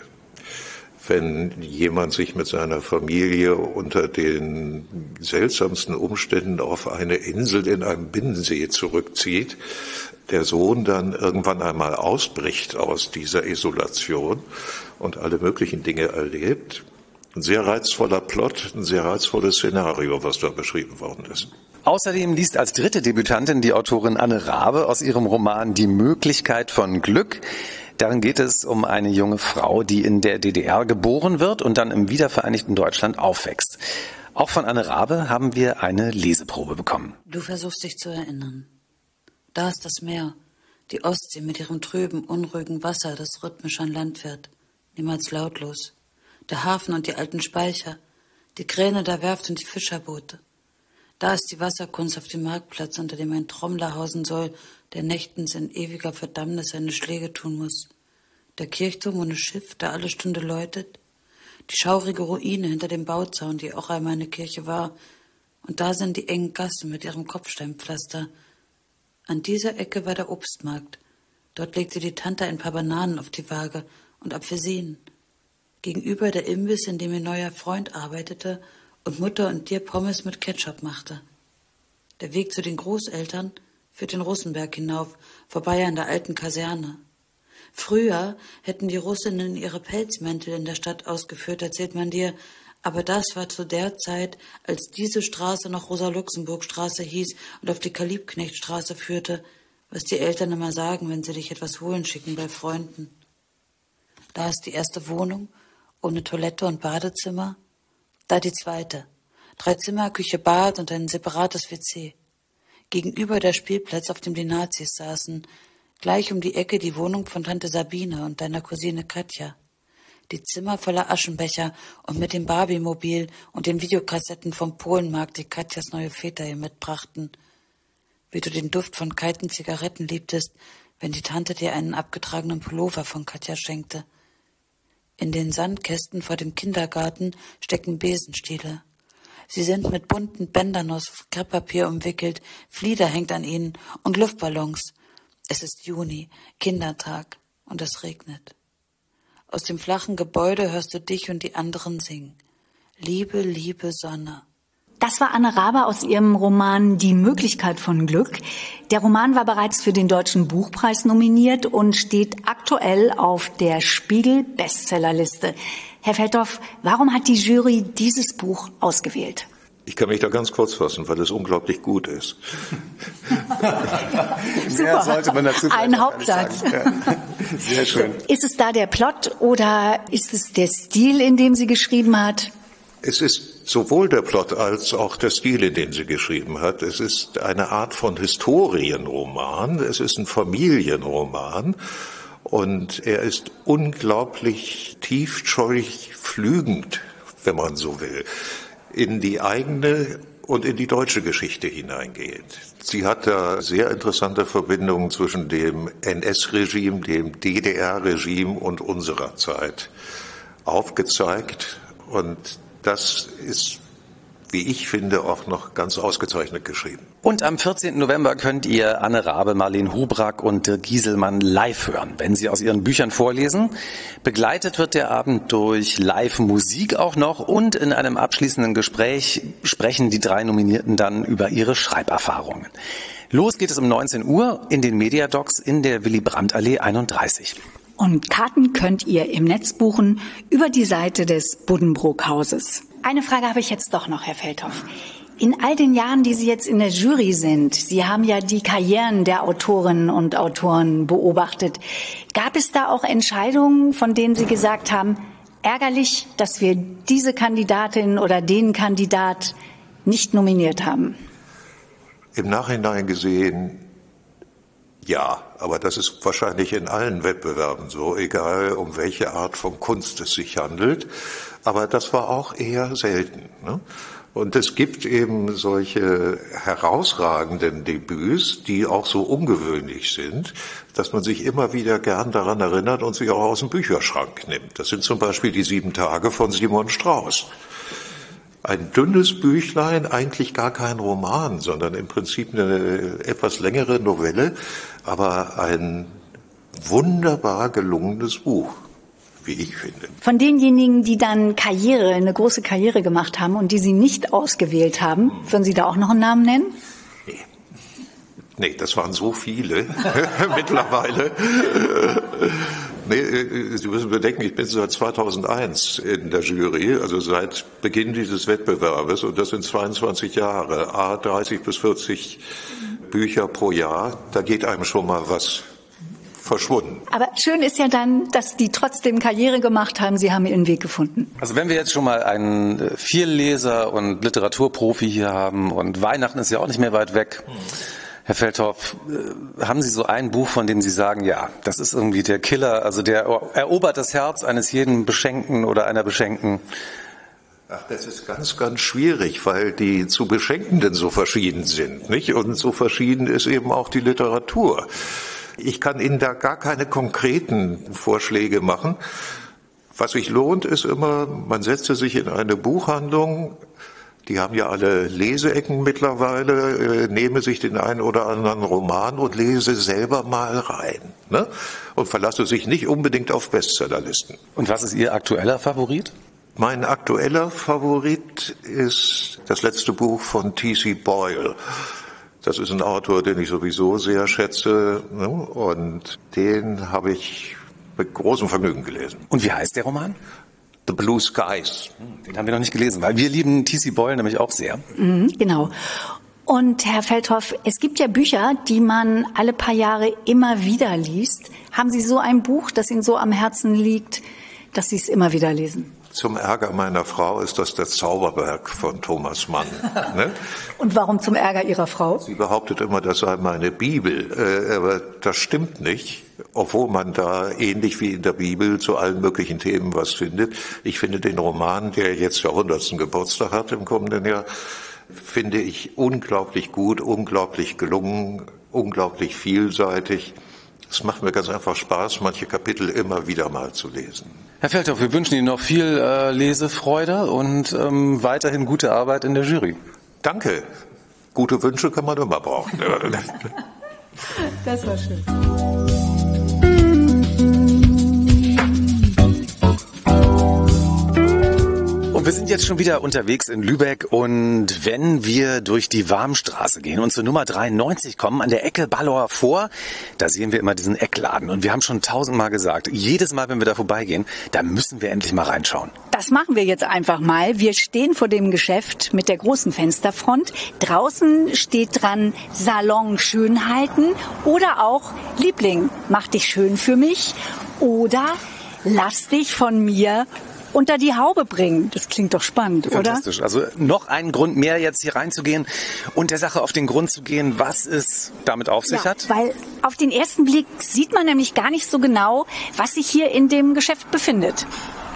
S5: Wenn jemand sich mit seiner Familie unter den seltsamsten Umständen auf eine Insel in einem Binnensee zurückzieht, der Sohn dann irgendwann einmal ausbricht aus dieser Isolation und alle möglichen Dinge erlebt. Ein sehr reizvoller Plot, ein sehr reizvolles Szenario, was da beschrieben worden ist.
S1: Außerdem liest als dritte Debütantin die Autorin Anne Raabe aus ihrem Roman Die Möglichkeit von Glück. Darin geht es um eine junge Frau, die in der DDR geboren wird und dann im wiedervereinigten Deutschland aufwächst. Auch von Anne Raabe haben wir eine Leseprobe bekommen.
S8: Du versuchst dich zu erinnern. Da ist das Meer, die Ostsee mit ihrem trüben, unruhigen Wasser, das rhythmisch an Land fährt, niemals lautlos. Der Hafen und die alten Speicher, die Kräne der Werft und die Fischerboote. Da ist die Wasserkunst auf dem Marktplatz, unter dem ein Trommler hausen soll, der nächtens in ewiger Verdammnis seine Schläge tun muss. Der Kirchturm ohne Schiff, der alle Stunde läutet. Die schaurige Ruine hinter dem Bauzaun, die auch einmal eine Kirche war. Und da sind die engen Gassen mit ihrem Kopfsteinpflaster. An dieser Ecke war der Obstmarkt. Dort legte die Tante ein paar Bananen auf die Waage und Apfelsinen. Gegenüber der Imbiss, in dem ihr neuer Freund arbeitete und Mutter und dir Pommes mit Ketchup machte. Der Weg zu den Großeltern führt den Russenberg hinauf, vorbei an der alten Kaserne. Früher hätten die Russinnen ihre Pelzmäntel in der Stadt ausgeführt, erzählt man dir, aber das war zu der Zeit, als diese Straße noch Rosa-Luxemburg-Straße hieß und auf die Kalibknecht-Straße führte, was die Eltern immer sagen, wenn sie dich etwas holen schicken bei Freunden. Da ist die erste Wohnung, ohne Toilette und Badezimmer. Da die zweite. 3 Zimmer, Küche, Bad und ein separates WC. Gegenüber der Spielplatz, auf dem die Nazis saßen. Gleich um die Ecke die Wohnung von Tante Sabine und deiner Cousine Katja. Die Zimmer voller Aschenbecher und mit dem Barbie-Mobil und den Videokassetten vom Polenmarkt, die Katjas neue Väter ihr mitbrachten. Wie du den Duft von kalten Zigaretten liebtest, wenn die Tante dir einen abgetragenen Pullover von Katja schenkte. In den Sandkästen vor dem Kindergarten stecken Besenstiele. Sie sind mit bunten Bändern aus Krepppapier umwickelt, Flieder hängt an ihnen und Luftballons. Es ist Juni, Kindertag, und es regnet. Aus dem flachen Gebäude hörst du dich und die anderen singen. Liebe, liebe Sonne.
S2: Das war Anne Raabe aus ihrem Roman Die Möglichkeit von Glück. Der Roman war bereits für den Deutschen Buchpreis nominiert und steht aktuell auf der Spiegel-Bestsellerliste. Herr Feldhoff, warum hat die Jury dieses Buch ausgewählt?
S5: Ich kann mich da ganz kurz fassen, weil es unglaublich gut ist.
S2: Super.
S1: Sollte man dazu
S2: ein Hauptsatz.
S1: Ja. Sehr schön.
S2: Ist es da der Plot oder ist es der Stil, in dem sie geschrieben hat?
S5: Es ist sowohl der Plot als auch der Stil, in den sie geschrieben hat. Es ist eine Art von Historienroman. Es ist ein Familienroman. Und er ist unglaublich tiefscheuig pflügend, wenn man so will, in die eigene und in die deutsche Geschichte hineingeht. Sie hat da sehr interessante Verbindungen zwischen dem NS-Regime, dem DDR-Regime und unserer Zeit aufgezeigt. Und das ist, wie ich finde, auch noch ganz ausgezeichnet geschrieben.
S1: Und am 14. November könnt ihr Anne Raabe, Marlene Hubrack und Dirk Gieselmann live hören, wenn sie aus ihren Büchern vorlesen. Begleitet wird der Abend durch Live-Musik auch noch und in einem abschließenden Gespräch sprechen die 3 Nominierten dann über ihre Schreiberfahrungen. Los geht es um 19 Uhr in den Mediadocs in der Willy-Brandt-Allee 31.
S2: Und Karten könnt ihr im Netz buchen über die Seite des Buddenbrook-Hauses. Eine Frage habe ich jetzt doch noch, Herr Feldhoff. In all den Jahren, die Sie jetzt in der Jury sind, Sie haben ja die Karrieren der Autorinnen und Autoren beobachtet. Gab es da auch Entscheidungen, von denen Sie gesagt haben, ärgerlich, dass wir diese Kandidatin oder den Kandidat nicht nominiert haben?
S5: Im Nachhinein gesehen Ja, aber das ist wahrscheinlich in allen Wettbewerben so, egal um welche Art von Kunst es sich handelt. Aber das war auch eher selten, ne? Und es gibt eben solche herausragenden Debüts, die auch so ungewöhnlich sind, dass man sich immer wieder gern daran erinnert und sich auch aus dem Bücherschrank nimmt. Das sind zum Beispiel die 7 Tage von Simon Strauß. Ein dünnes Büchlein, eigentlich gar kein Roman, sondern im Prinzip eine etwas längere Novelle, aber ein wunderbar gelungenes Buch, wie ich finde.
S2: Von denjenigen, die dann eine große Karriere gemacht haben und die Sie nicht ausgewählt haben, würden Sie da auch noch einen Namen nennen?
S5: Nee, das waren so viele mittlerweile. Nee, Sie müssen bedenken, ich bin seit 2001 in der Jury, also seit Beginn dieses Wettbewerbes, und das sind 22 Jahre, 30 bis 40 Bücher pro Jahr. Da geht einem schon mal was verschwunden.
S2: Aber schön ist ja dann, dass die trotzdem Karriere gemacht haben. Sie haben ihren Weg gefunden.
S1: Also wenn wir jetzt schon mal einen Vielleser und Literaturprofi hier haben und Weihnachten ist ja auch nicht mehr weit weg. Herr Feldhoff, haben Sie so ein Buch, von dem Sie sagen, ja, das ist irgendwie der Killer, also der erobert das Herz eines jeden Beschenkten oder einer Beschenkten?
S5: Ach, das ist ganz, ganz schwierig, weil die zu Beschenkenden so verschieden sind, nicht? Und so verschieden ist eben auch die Literatur. Ich kann Ihnen da gar keine konkreten Vorschläge machen. Was sich lohnt, ist immer, man setze sich in eine Buchhandlung, die haben ja alle Leseecken mittlerweile, nehme sich den einen oder anderen Roman und lese selber mal rein, ne? Und verlasse sich nicht unbedingt auf Bestsellerlisten.
S1: Und was ist Ihr aktueller Favorit?
S5: Mein aktueller Favorit ist das letzte Buch von T.C. Boyle. Das ist ein Autor, den ich sowieso sehr schätze, ne? Und den habe ich mit großem Vergnügen gelesen.
S1: Und wie heißt der Roman?
S5: The Blue Skies.
S1: Den haben wir noch nicht gelesen, weil wir lieben T.C. Boyle nämlich auch sehr.
S2: Genau. Und Herr Feldhoff, es gibt ja Bücher, die man alle paar Jahre immer wieder liest. Haben Sie so ein Buch, das Ihnen so am Herzen liegt, dass Sie es immer wieder lesen?
S5: Zum Ärger meiner Frau ist das der Zauberberg von Thomas Mann. Ne?
S2: Und warum zum Ärger Ihrer Frau?
S5: Sie behauptet immer, das sei meine Bibel, aber das stimmt nicht, obwohl man da ähnlich wie in der Bibel zu allen möglichen Themen was findet. Ich finde den Roman, der jetzt 100. Geburtstag hat im kommenden Jahr, finde ich unglaublich gut, unglaublich gelungen, unglaublich vielseitig. Es macht mir ganz einfach Spaß, manche Kapitel immer wieder mal zu lesen.
S1: Herr Feldhoff, wir wünschen Ihnen noch viel Lesefreude und weiterhin gute Arbeit in der Jury.
S5: Danke. Gute Wünsche kann man immer brauchen.
S2: Das war schön.
S1: Und wir sind jetzt schon wieder unterwegs in Lübeck und wenn wir durch die Warmstraße gehen und zur Nummer 93 kommen, an der Ecke Balloer Vor, da sehen wir immer diesen Eckladen und wir haben schon 1000-mal gesagt, jedes Mal, wenn wir da vorbeigehen, da müssen wir endlich mal reinschauen.
S2: Das machen wir jetzt einfach mal. Wir stehen vor dem Geschäft mit der großen Fensterfront. Draußen steht dran Salon schön halten oder auch Liebling, mach dich schön für mich oder lass dich von mir unter die Haube bringen. Das klingt doch spannend, oder?
S1: Fantastisch. Also noch einen Grund mehr, jetzt hier reinzugehen und der Sache auf den Grund zu gehen, was es damit auf sich hat.
S2: Weil auf den ersten Blick sieht man nämlich gar nicht so genau, was sich hier in dem Geschäft befindet.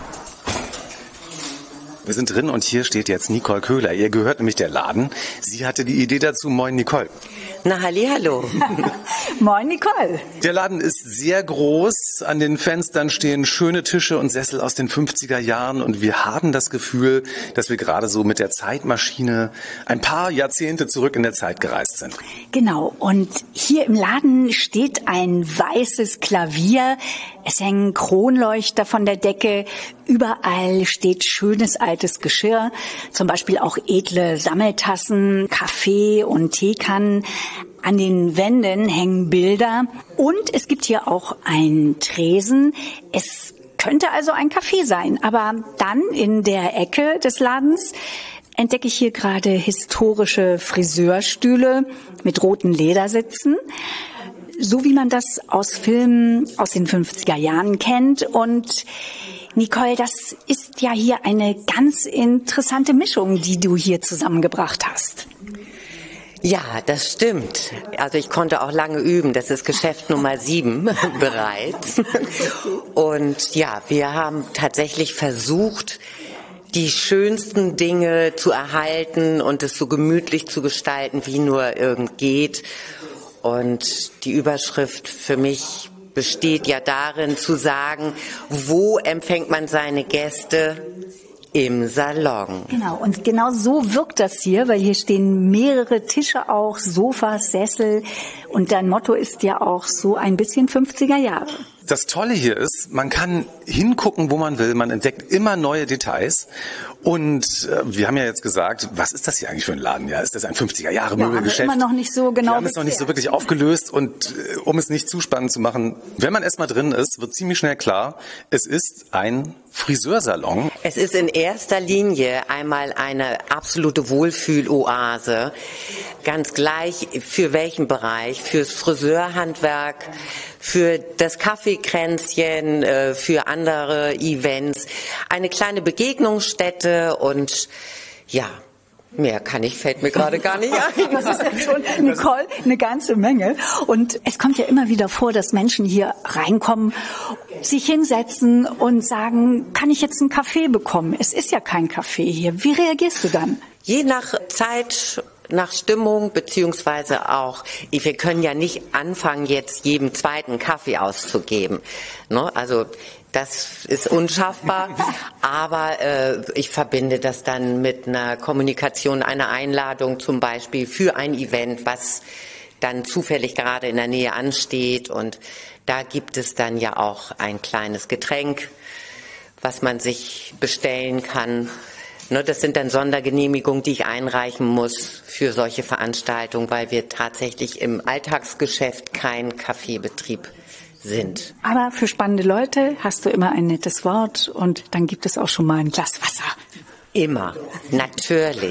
S1: Wir sind drin und hier steht jetzt Nicole Köhler. Ihr gehört nämlich der Laden. Sie hatte die Idee dazu. Moin, Nicole.
S9: Na, hallihallo.
S2: Moin, Nicole.
S1: Der Laden ist sehr groß. An den Fenstern stehen schöne Tische und Sessel aus den 50er Jahren. Und wir haben das Gefühl, dass wir gerade so mit der Zeitmaschine ein paar Jahrzehnte zurück in der Zeit gereist sind.
S2: Genau. Und hier im Laden steht ein weißes Klavier. Es hängen Kronleuchter von der Decke. Überall steht schönes altes Geschirr, zum Beispiel auch edle Sammeltassen, Kaffee- und Teekannen. An den Wänden hängen Bilder und es gibt hier auch einen Tresen. Es könnte also ein Café sein, aber dann in der Ecke des Ladens entdecke ich hier gerade historische Friseurstühle mit roten Ledersitzen. So wie man das aus Filmen aus den 50er Jahren kennt. Und Nicole, das ist ja hier eine ganz interessante Mischung, die du hier zusammengebracht hast.
S9: Ja, das stimmt. Also ich konnte auch lange üben. Das ist Geschäft Nummer 7 bereits. Und ja, wir haben tatsächlich versucht, die schönsten Dinge zu erhalten und es so gemütlich zu gestalten, wie nur irgend geht. Und die Überschrift für mich besteht ja darin, zu sagen, wo empfängt man seine Gäste? Im Salon.
S2: Genau, und genau so wirkt das hier, weil hier stehen mehrere Tische auch, Sofas, Sessel und dein Motto ist ja auch so ein bisschen 50er Jahre.
S1: Das Tolle hier ist, man kann hingucken, wo man will, man entdeckt immer neue Details und wir haben ja jetzt gesagt, was ist das hier eigentlich für ein Laden? Ja, ist das ein 50er-Jahre-Möbelgeschäft?
S2: Ja, haben wir immer noch nicht so genau
S1: Wir haben es noch nicht so wirklich aufgelöst und um es nicht zu spannend zu machen, wenn man erstmal drin ist, wird ziemlich schnell klar, es ist ein Friseursalon.
S9: Es ist in erster Linie einmal eine absolute Wohlfühloase, ganz gleich für welchen Bereich, fürs Friseurhandwerk, für das Kaffeekränzchen, für andere Events, eine kleine Begegnungsstätte und ja, mehr fällt mir gerade gar nicht ein.
S2: Das ist ja schon, Nicole, eine ganze Menge. Und es kommt ja immer wieder vor, dass Menschen hier reinkommen, sich hinsetzen und sagen, kann ich jetzt einen Kaffee bekommen? Es ist ja kein Kaffee hier. Wie reagierst du dann?
S9: Je nach Zeit, nach Stimmung, beziehungsweise auch, wir können ja nicht anfangen, jetzt jedem zweiten Kaffee auszugeben. Ne? Also das ist unschaffbar, aber ich verbinde das dann mit einer Kommunikation, einer Einladung zum Beispiel für ein Event, was dann zufällig gerade in der Nähe ansteht und da gibt es dann ja auch ein kleines Getränk, was man sich bestellen kann. Das sind dann Sondergenehmigungen, die ich einreichen muss für solche Veranstaltungen, weil wir tatsächlich im Alltagsgeschäft kein Kaffeebetrieb sind.
S2: Aber für spannende Leute hast du immer ein nettes Wort und dann gibt es auch schon mal ein Glas Wasser.
S9: Immer, natürlich.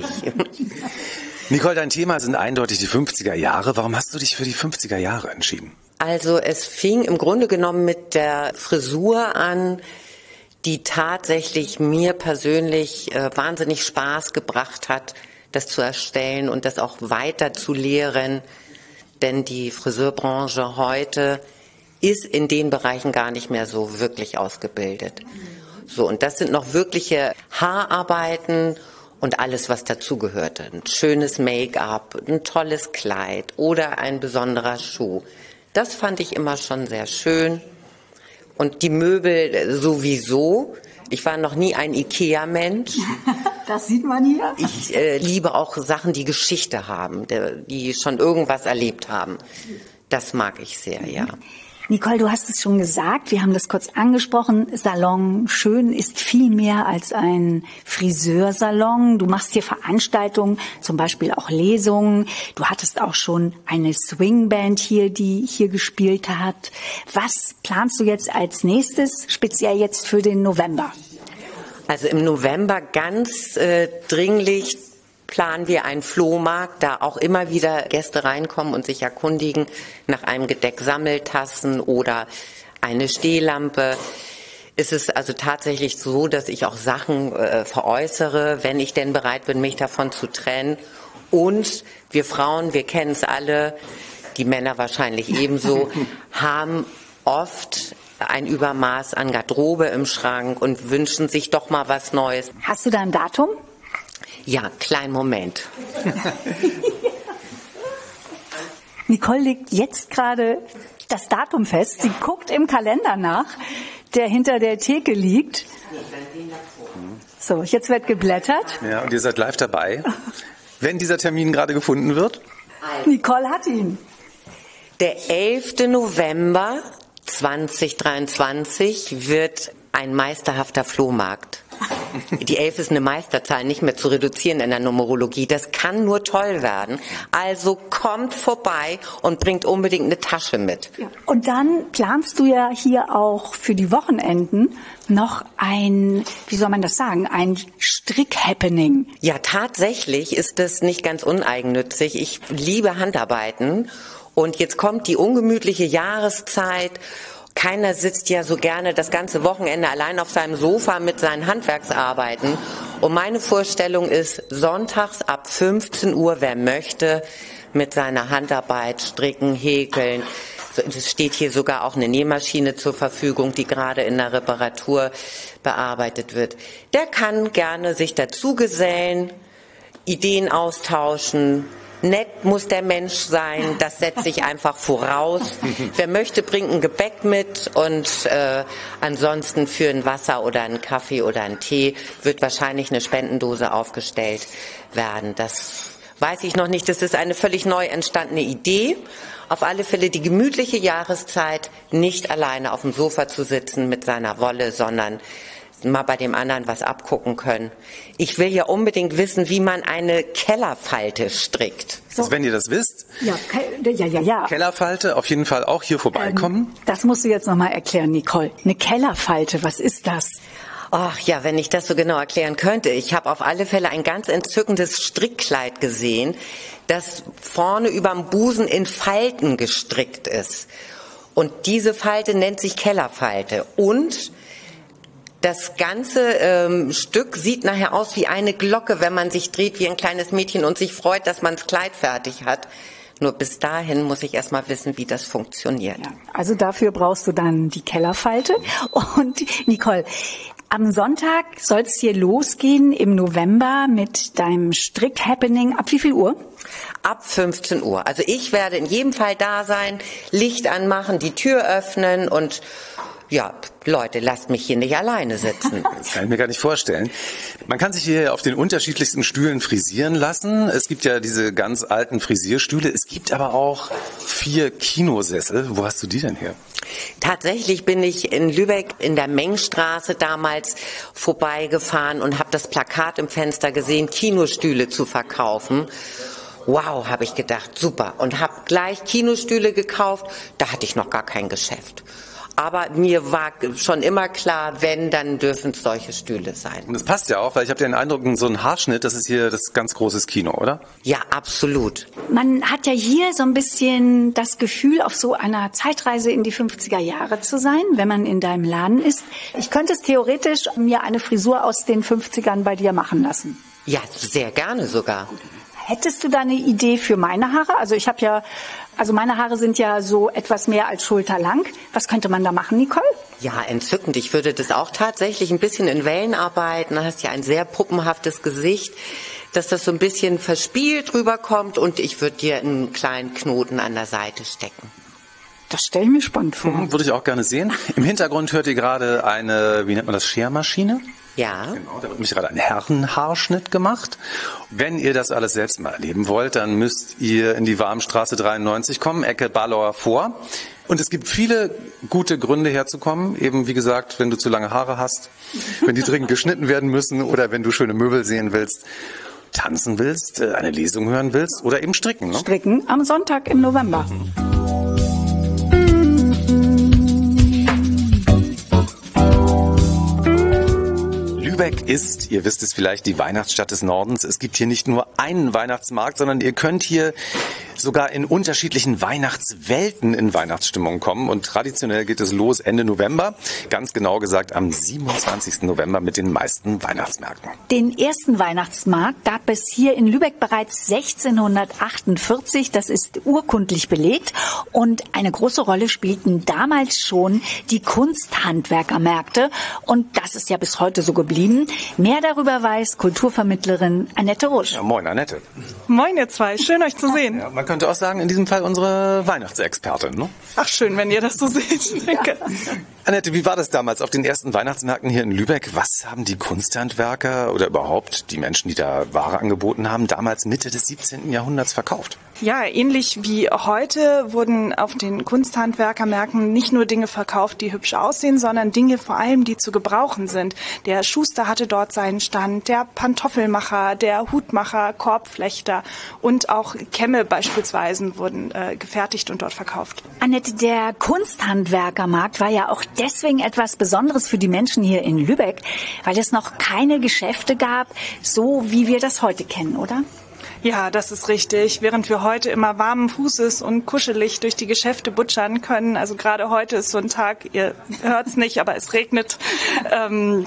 S1: Nicole, dein Thema sind eindeutig die 50er Jahre. Warum hast du dich für die 50er Jahre entschieden?
S9: Also es fing im Grunde genommen mit der Frisur an, die tatsächlich mir persönlich wahnsinnig Spaß gebracht hat, das zu erstellen und das auch weiter zu lehren. Denn die Friseurbranche heute ist in den Bereichen gar nicht mehr so wirklich ausgebildet. So, und das sind noch wirkliche Haararbeiten und alles, was dazugehörte. Ein schönes Make-up, ein tolles Kleid oder ein besonderer Schuh. Das fand ich immer schon sehr schön. Und die Möbel sowieso. Ich war noch nie ein Ikea-Mensch.
S2: Das sieht man hier.
S9: Ich liebe auch Sachen, die Geschichte haben, die schon irgendwas erlebt haben. Das mag ich sehr, ja.
S2: Nicole, du hast es schon gesagt, wir haben das kurz angesprochen, Salon schön ist viel mehr als ein Friseursalon. Du machst hier Veranstaltungen, zum Beispiel auch Lesungen. Du hattest auch schon eine Swingband hier, die hier gespielt hat. Was planst du jetzt als nächstes, speziell jetzt für den November?
S9: Also im November ganz dringlich planen wir einen Flohmarkt, da auch immer wieder Gäste reinkommen und sich erkundigen nach einem Gedeck Sammeltassen oder eine Stehlampe. Ist es also tatsächlich so, dass ich auch Sachen veräußere, wenn ich denn bereit bin, mich davon zu trennen. Und wir Frauen, wir kennen es alle, die Männer wahrscheinlich ebenso, haben oft ein Übermaß an Garderobe im Schrank und wünschen sich doch mal was Neues.
S2: Hast du da ein Datum?
S9: Ja, kleinen Moment.
S2: Nicole legt jetzt gerade das Datum fest. Sie guckt im Kalender nach, der hinter der Theke liegt. So, jetzt wird geblättert.
S1: Ja, und ihr seid live dabei. Wenn dieser Termin gerade gefunden wird?
S2: Nicole hat ihn.
S9: Der 11. November 2023 wird ein meisterhafter Flohmarkt. Die 11 ist eine Meisterzahl, nicht mehr zu reduzieren in der Numerologie. Das kann nur toll werden. Also kommt vorbei und bringt unbedingt eine Tasche mit.
S2: Ja. Und dann planst du ja hier auch für die Wochenenden noch ein, wie soll man das sagen, ein Strick-Happening.
S9: Ja, tatsächlich ist das nicht ganz uneigennützig. Ich liebe Handarbeiten und jetzt kommt die ungemütliche Jahreszeit. Keiner sitzt ja so gerne das ganze Wochenende allein auf seinem Sofa mit seinen Handwerksarbeiten. Und meine Vorstellung ist, sonntags ab 15 Uhr, wer möchte, mit seiner Handarbeit stricken, häkeln. Es steht hier sogar auch eine Nähmaschine zur Verfügung, die gerade in der Reparatur bearbeitet wird. Der kann gerne sich dazugesellen, Ideen austauschen. Nett muss der Mensch sein, das setze ich einfach voraus. Wer möchte, bringt ein Gebäck mit und ansonsten für ein Wasser oder einen Kaffee oder einen Tee wird wahrscheinlich eine Spendendose aufgestellt werden. Das weiß ich noch nicht, das ist eine völlig neu entstandene Idee. Auf alle Fälle die gemütliche Jahreszeit, nicht alleine auf dem Sofa zu sitzen mit seiner Wolle, sondern mal bei dem anderen was abgucken können. Ich will ja unbedingt wissen, wie man eine Kellerfalte strickt.
S1: So. Also wenn ihr das wisst,
S2: ja.
S1: Kellerfalte, auf jeden Fall auch hier vorbeikommen.
S2: Das musst du jetzt nochmal erklären, Nicole. Eine Kellerfalte, was ist das?
S9: Ach ja, wenn ich das so genau erklären könnte. Ich habe auf alle Fälle ein ganz entzückendes Strickkleid gesehen, das vorne überm Busen in Falten gestrickt ist. Und diese Falte nennt sich Kellerfalte. Und das ganze Stück sieht nachher aus wie eine Glocke, wenn man sich dreht wie ein kleines Mädchen und sich freut, dass man das Kleid fertig hat. Nur bis dahin muss ich erst mal wissen, wie das funktioniert. Ja,
S2: also dafür brauchst du dann die Kellerfalte. Und Nicole, am Sonntag soll es hier losgehen im November mit deinem Strick-Happening. Ab wie viel Uhr?
S9: Ab 15 Uhr. Also ich werde in jedem Fall da sein, Licht anmachen, die Tür öffnen und ja, Leute, lasst mich hier nicht alleine sitzen.
S1: Das kann ich mir gar nicht vorstellen. Man kann sich hier auf den unterschiedlichsten Stühlen frisieren lassen. Es gibt ja diese ganz alten Frisierstühle. Es gibt aber auch 4 Kinosessel. Wo hast du die denn her?
S9: Tatsächlich bin ich in Lübeck in der Mengstraße damals vorbeigefahren und habe das Plakat im Fenster gesehen, Kinostühle zu verkaufen. Wow, habe ich gedacht, super. Und habe gleich Kinostühle gekauft. Da hatte ich noch gar kein Geschäft. Aber mir war schon immer klar, wenn, dann dürfen es solche Stühle sein.
S1: Und das passt ja auch, weil ich habe den Eindruck, so ein Haarschnitt, das ist hier das ganz großes Kino, oder?
S9: Ja, absolut.
S2: Man hat ja hier so ein bisschen das Gefühl, auf so einer Zeitreise in die 50er Jahre zu sein, wenn man in deinem Laden ist. Ich könnte es theoretisch mir eine Frisur aus den 50ern bei dir machen lassen.
S9: Ja, sehr gerne sogar.
S2: Hättest du da eine Idee für meine Haare? Also meine Haare sind ja so etwas mehr als schulterlang. Was könnte man da machen, Nicole?
S9: Ja, entzückend. Ich würde das auch tatsächlich ein bisschen in Wellen arbeiten. Du hast ja ein sehr puppenhaftes Gesicht, dass das so ein bisschen verspielt rüberkommt und ich würde dir einen kleinen Knoten an der Seite stecken.
S2: Das stelle ich mir spannend vor.
S1: Würde ich auch gerne sehen. Im Hintergrund hört ihr gerade eine, wie nennt man das, Schermaschine?
S9: Ja.
S1: Genau, da wird nämlich gerade ein Herrenhaarschnitt gemacht. Wenn ihr das alles selbst mal erleben wollt, dann müsst ihr in die Warmstraße 93 kommen, Ecke Ballauer Vor. Und es gibt viele gute Gründe herzukommen. Eben, wie gesagt, wenn du zu lange Haare hast, wenn die dringend geschnitten werden müssen oder wenn du schöne Möbel sehen willst, tanzen willst, eine Lesung hören willst oder eben stricken. Ne?
S2: Stricken am Sonntag im November.
S1: Lübeck ist, ihr wisst es vielleicht, die Weihnachtsstadt des Nordens. Es gibt hier nicht nur einen Weihnachtsmarkt, sondern ihr könnt hier sogar in unterschiedlichen Weihnachtswelten in Weihnachtsstimmung kommen. Und traditionell geht es los Ende November, ganz genau gesagt am 27. November mit den meisten Weihnachtsmärkten.
S2: Den ersten Weihnachtsmarkt gab es hier in Lübeck bereits 1648. Das ist urkundlich belegt. Und eine große Rolle spielten damals schon die Kunsthandwerkermärkte. Und das ist ja bis heute so geblieben. Mehr darüber weiß Kulturvermittlerin Annette Rusch.
S1: Ja, moin, Annette.
S10: Moin, ihr zwei. Schön, euch zu sehen.
S1: Ja, man könnte auch sagen, in diesem Fall unsere Weihnachtsexpertin, ne?
S10: Ach, schön, wenn ihr das so seht. Danke.
S1: Annette, wie war das damals auf den ersten Weihnachtsmärkten hier in Lübeck? Was haben die Kunsthandwerker oder überhaupt die Menschen, die da Ware angeboten haben, damals Mitte des 17. Jahrhunderts verkauft?
S10: Ja, ähnlich wie heute wurden auf den Kunsthandwerkermärkten nicht nur Dinge verkauft, die hübsch aussehen, sondern Dinge vor allem, die zu gebrauchen sind. Der Schuster hatte dort seinen Stand, der Pantoffelmacher, der Hutmacher, Korbflechter und auch Kämme beispielsweise wurden gefertigt und dort verkauft.
S2: Annette, der Kunsthandwerkermarkt war ja auch deswegen etwas Besonderes für die Menschen hier in Lübeck, weil es noch keine Geschäfte gab, so wie wir das heute kennen, oder?
S10: Ja, das ist richtig. Während wir heute immer warmen Fußes und kuschelig durch die Geschäfte butschern können, also gerade heute ist so ein Tag, ihr hört's nicht, aber es regnet,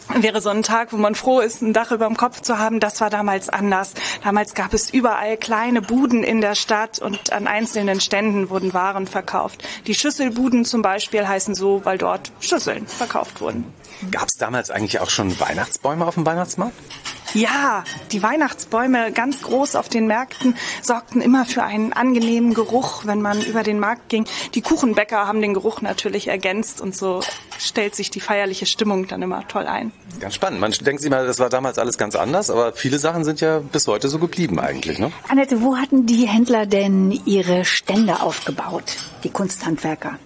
S10: wäre so ein Tag, wo man froh ist, ein Dach über dem Kopf zu haben. Das war damals anders. Damals gab es überall kleine Buden in der Stadt und an einzelnen Ständen wurden Waren verkauft. Die Schüsselbuden zum Beispiel heißen so, weil dort Schüsseln verkauft wurden.
S1: Gab es damals eigentlich auch schon Weihnachtsbäume auf dem Weihnachtsmarkt?
S10: Ja, die Weihnachtsbäume ganz groß auf den Märkten sorgten immer für einen angenehmen Geruch, wenn man über den Markt ging. Die Kuchenbäcker haben den Geruch natürlich ergänzt und so stellt sich die feierliche Stimmung dann immer toll ein.
S1: Ganz spannend. Man denkt sich mal, das war damals alles ganz anders, aber viele Sachen sind ja bis heute so geblieben eigentlich, ne?
S2: Annette, wo hatten die Händler denn ihre Stände aufgebaut, die Kunsthandwerker?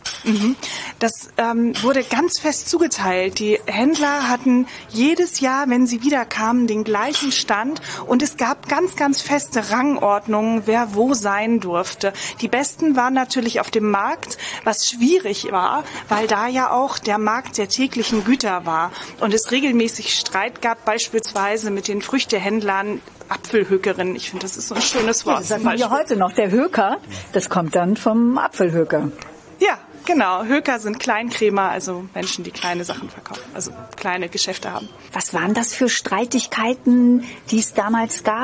S10: Das wurde ganz fest zugeteilt. Die Händler hatten jedes Jahr, wenn sie wiederkamen, den gleichen Stand und es gab ganz, ganz feste Rangordnungen, wer wo sein durfte. Die Besten waren natürlich auf dem Markt, was schwierig war, weil da ja auch der Markt der täglichen Güter war und es regelmäßig Streit gab, beispielsweise mit den Früchtehändlern, Apfelhökerin. Ich finde, das ist so ein schönes Wort.
S2: Ja, das sagen wir heute noch. Der Höker, das kommt dann vom Apfelhöker.
S10: Ja, genau. Höker sind Kleinkrämer, also Menschen, die kleine Sachen verkaufen, also kleine Geschäfte haben.
S2: Was waren das für Streitigkeiten, die es damals gab?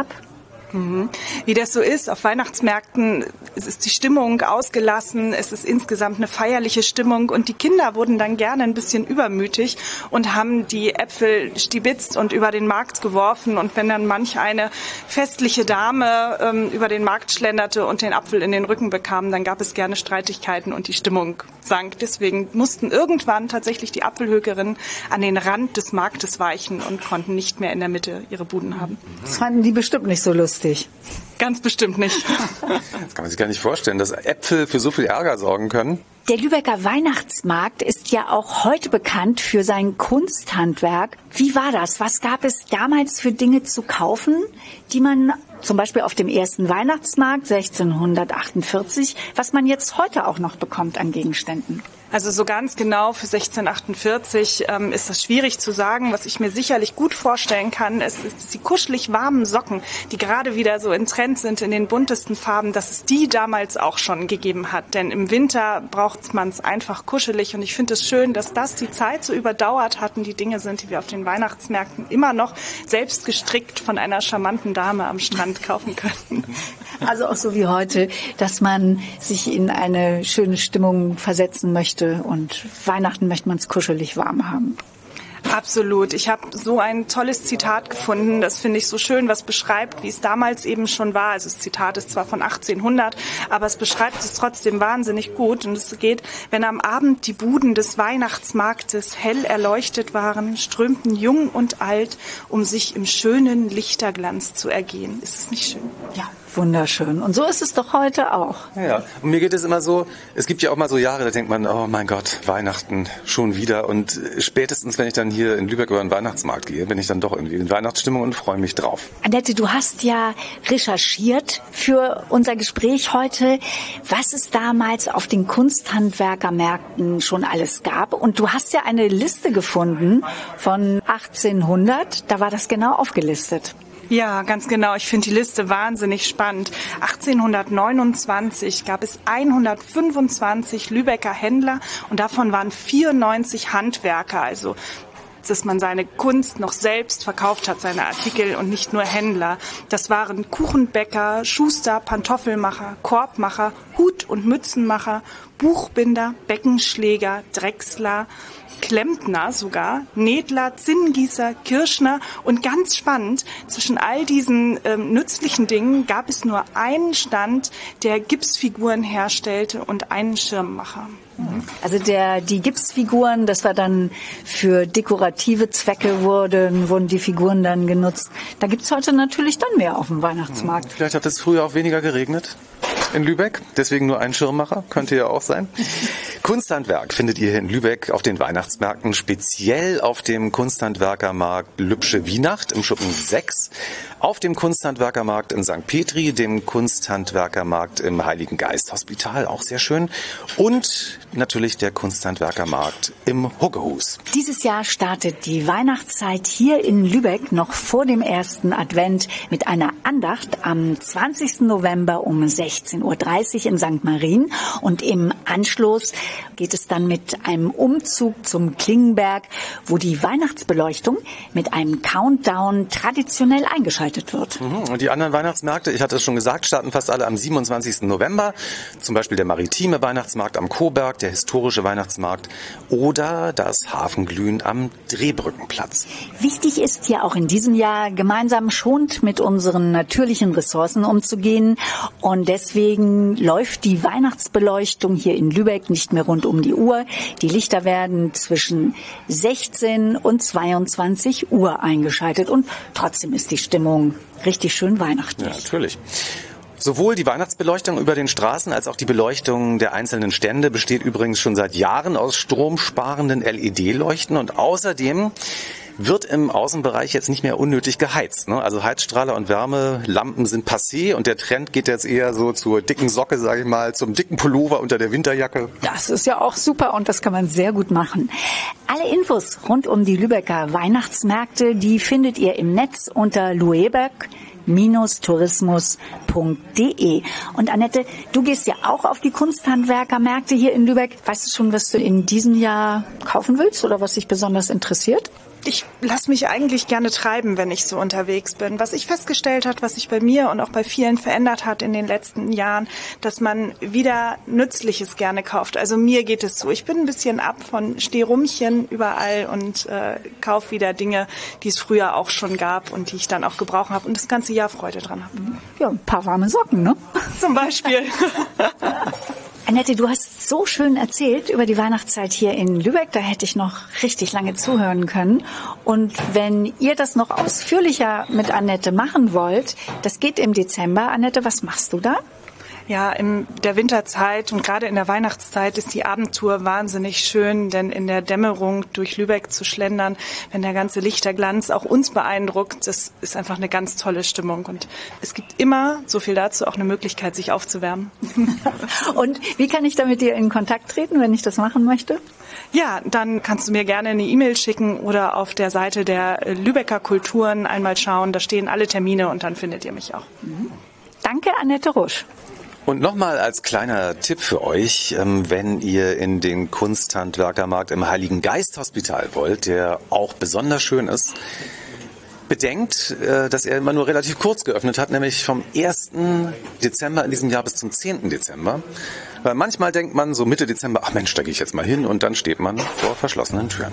S10: Wie das so ist, auf Weihnachtsmärkten ist die Stimmung ausgelassen, es ist insgesamt eine feierliche Stimmung und die Kinder wurden dann gerne ein bisschen übermütig und haben die Äpfel stibitzt und über den Markt geworfen und wenn dann manch eine festliche Dame über den Markt schlenderte und den Apfel in den Rücken bekam, dann gab es gerne Streitigkeiten und die Stimmung sank. Deswegen mussten irgendwann tatsächlich die Apfelhökerinnen an den Rand des Marktes weichen und konnten nicht mehr in der Mitte ihre Buden haben.
S2: Das fanden die bestimmt nicht so lustig.
S10: Ganz bestimmt nicht.
S1: Das kann man sich gar nicht vorstellen, dass Äpfel für so viel Ärger sorgen können.
S2: Der Lübecker Weihnachtsmarkt ist ja auch heute bekannt für sein Kunsthandwerk. Wie war das? Was gab es damals für Dinge zu kaufen, die man zum Beispiel auf dem ersten Weihnachtsmarkt 1648, was man jetzt heute auch noch bekommt an Gegenständen?
S10: Also so ganz genau für 1648 ist das schwierig zu sagen. Was ich mir sicherlich gut vorstellen kann, ist die kuschelig warmen Socken, die gerade wieder so in Trend sind in den buntesten Farben, dass es die damals auch schon gegeben hat. Denn im Winter braucht man es einfach kuschelig und ich finde es schön, dass das die Zeit so überdauert hatten. Die Dinge sind, die wir auf den Weihnachtsmärkten immer noch selbst gestrickt von einer charmanten Dame am Strand kaufen können.
S2: Also auch so wie heute, dass man sich in eine schöne Stimmung versetzen möchte und Weihnachten möchte man es kuschelig warm haben.
S10: Absolut. Ich habe so ein tolles Zitat gefunden, das finde ich so schön, was beschreibt, wie es damals eben schon war. Also das Zitat ist zwar von 1800, aber es beschreibt es trotzdem wahnsinnig gut. Und es geht, wenn am Abend die Buden des Weihnachtsmarktes hell erleuchtet waren, strömten jung und alt, um sich im schönen Lichterglanz zu ergehen. Ist es nicht schön?
S2: Ja. Wunderschön. Und so ist es doch heute auch.
S1: Ja. Und mir geht es immer so, es gibt ja auch mal so Jahre, da denkt man, oh mein Gott, Weihnachten schon wieder. Und spätestens, wenn ich dann hier in Lübeck über den Weihnachtsmarkt gehe, bin ich dann doch irgendwie in Weihnachtsstimmung und freue mich drauf.
S2: Annette, du hast ja recherchiert für unser Gespräch heute, was es damals auf den Kunsthandwerkermärkten schon alles gab. Und du hast ja eine Liste gefunden von 1800, da war das genau aufgelistet.
S10: Ja, ganz genau. Ich finde die Liste wahnsinnig spannend. 1829 gab es 125 Lübecker Händler und davon waren 94 Handwerker, also dass man seine Kunst noch selbst verkauft hat, seine Artikel und nicht nur Händler. Das waren Kuchenbäcker, Schuster, Pantoffelmacher, Korbmacher, Hut- und Mützenmacher, Buchbinder, Beckenschläger, Drechsler, Klempner sogar, Nädler, Zinngießer, Kirschner und ganz spannend, zwischen all diesen nützlichen Dingen gab es nur einen Stand, der Gipsfiguren herstellte und einen Schirmmacher.
S2: Also die Gipsfiguren, das war dann für dekorative Zwecke wurden die Figuren dann genutzt. Da gibt's heute natürlich dann mehr auf dem Weihnachtsmarkt.
S1: Vielleicht hat es früher auch weniger geregnet in Lübeck, deswegen nur ein Schirmmacher, könnte ja auch sein. Kunsthandwerk findet ihr hier in Lübeck auf den Weihnachtsmärkten, speziell auf dem Kunsthandwerkermarkt Lübsche Wienacht im Schuppen 6, auf dem Kunsthandwerkermarkt in St. Petri, dem Kunsthandwerkermarkt im Heiligen Geist Hospital, auch sehr schön, und natürlich der Kunsthandwerkermarkt im Huggehus.
S2: Dieses Jahr startet die Weihnachtszeit hier in Lübeck noch vor dem ersten Advent mit einer Andacht am 20. November um 16:30 Uhr in St. Marien. Und im Anschluss geht es dann mit einem Umzug zum Klingenberg, wo die Weihnachtsbeleuchtung mit einem Countdown traditionell eingeschaltet wird.
S1: Und die anderen Weihnachtsmärkte, ich hatte es schon gesagt, starten fast alle am 27. November. Zum Beispiel der maritime Weihnachtsmarkt am Koberg, der historische Weihnachtsmarkt oder das Hafenglühen am Drehbrückenplatz.
S2: Wichtig ist hier auch in diesem Jahr, gemeinsam schonend mit unseren natürlichen Ressourcen umzugehen. Und deswegen läuft die Weihnachtsbeleuchtung hier in Lübeck nicht mehr rund um die Uhr. Die Lichter werden zwischen 16 und 22 Uhr eingeschaltet. Und trotzdem ist die Stimmung richtig schön weihnachtlich.
S1: Ja, natürlich. Sowohl die Weihnachtsbeleuchtung über den Straßen als auch die Beleuchtung der einzelnen Stände besteht übrigens schon seit Jahren aus stromsparenden LED-Leuchten und außerdem wird im Außenbereich jetzt nicht mehr unnötig geheizt. Also Heizstrahler und Wärmelampen sind passé und der Trend geht jetzt eher so zur dicken Socke, sage ich mal, zum dicken Pullover unter der Winterjacke.
S2: Das ist ja auch super und das kann man sehr gut machen. Alle Infos rund um die Lübecker Weihnachtsmärkte, die findet ihr im Netz unter lueberg-tourismus.de. Und Annette, du gehst ja auch auf die Kunsthandwerkermärkte hier in Lübeck. Weißt du schon, was du in diesem Jahr kaufen willst oder was dich besonders interessiert?
S10: Ich lasse mich eigentlich gerne treiben, wenn ich so unterwegs bin. Was ich festgestellt habe, was sich bei mir und auch bei vielen verändert hat in den letzten Jahren, dass man wieder Nützliches gerne kauft. Also mir geht es so. Ich bin ein bisschen ab von Stehrumchen überall und kaufe wieder Dinge, die es früher auch schon gab und die ich dann auch gebraucht habe und das ganze Jahr Freude dran habe.
S2: Ja, ein paar warme Socken, ne?
S10: Zum Beispiel.
S2: Annette, du hast so schön erzählt über die Weihnachtszeit hier in Lübeck. Da hätte ich noch richtig lange zuhören können. Und wenn ihr das noch ausführlicher mit Annette machen wollt, das geht im Dezember. Annette, was machst du da?
S10: Ja, in der Winterzeit und gerade in der Weihnachtszeit ist die Abendtour wahnsinnig schön, denn in der Dämmerung durch Lübeck zu schlendern, wenn der ganze Lichterglanz auch uns beeindruckt, das ist einfach eine ganz tolle Stimmung. Und es gibt immer, so viel dazu, auch eine Möglichkeit, sich aufzuwärmen.
S2: Und wie kann ich da mit dir in Kontakt treten, wenn ich das machen möchte?
S10: Ja, dann kannst du mir gerne eine E-Mail schicken oder auf der Seite der Lübecker Kulturen einmal schauen. Da stehen alle Termine und dann findet ihr mich auch.
S2: Danke, Annette Rusch.
S1: Und nochmal als kleiner Tipp für euch, wenn ihr in den Kunsthandwerkermarkt im Heiligen Geist Hospital wollt, der auch besonders schön ist, bedenkt, dass er immer nur relativ kurz geöffnet hat, nämlich vom 1. Dezember in diesem Jahr bis zum 10. Dezember. Weil manchmal denkt man so Mitte Dezember, ach Mensch, da gehe ich jetzt mal hin und dann steht man vor verschlossenen Türen.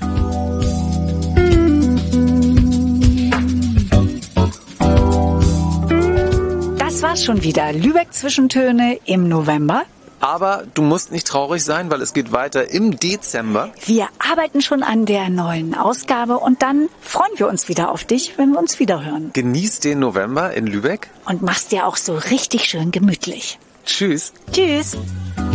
S2: Das war's schon wieder. Lübeck Zwischentöne im November.
S1: Aber du musst nicht traurig sein, weil es geht weiter im Dezember.
S2: Wir arbeiten schon an der neuen Ausgabe und dann freuen wir uns wieder auf dich, wenn wir uns wiederhören.
S1: Genieß den November in Lübeck.
S2: Und mach's dir auch so richtig schön gemütlich.
S1: Tschüss.
S2: Tschüss.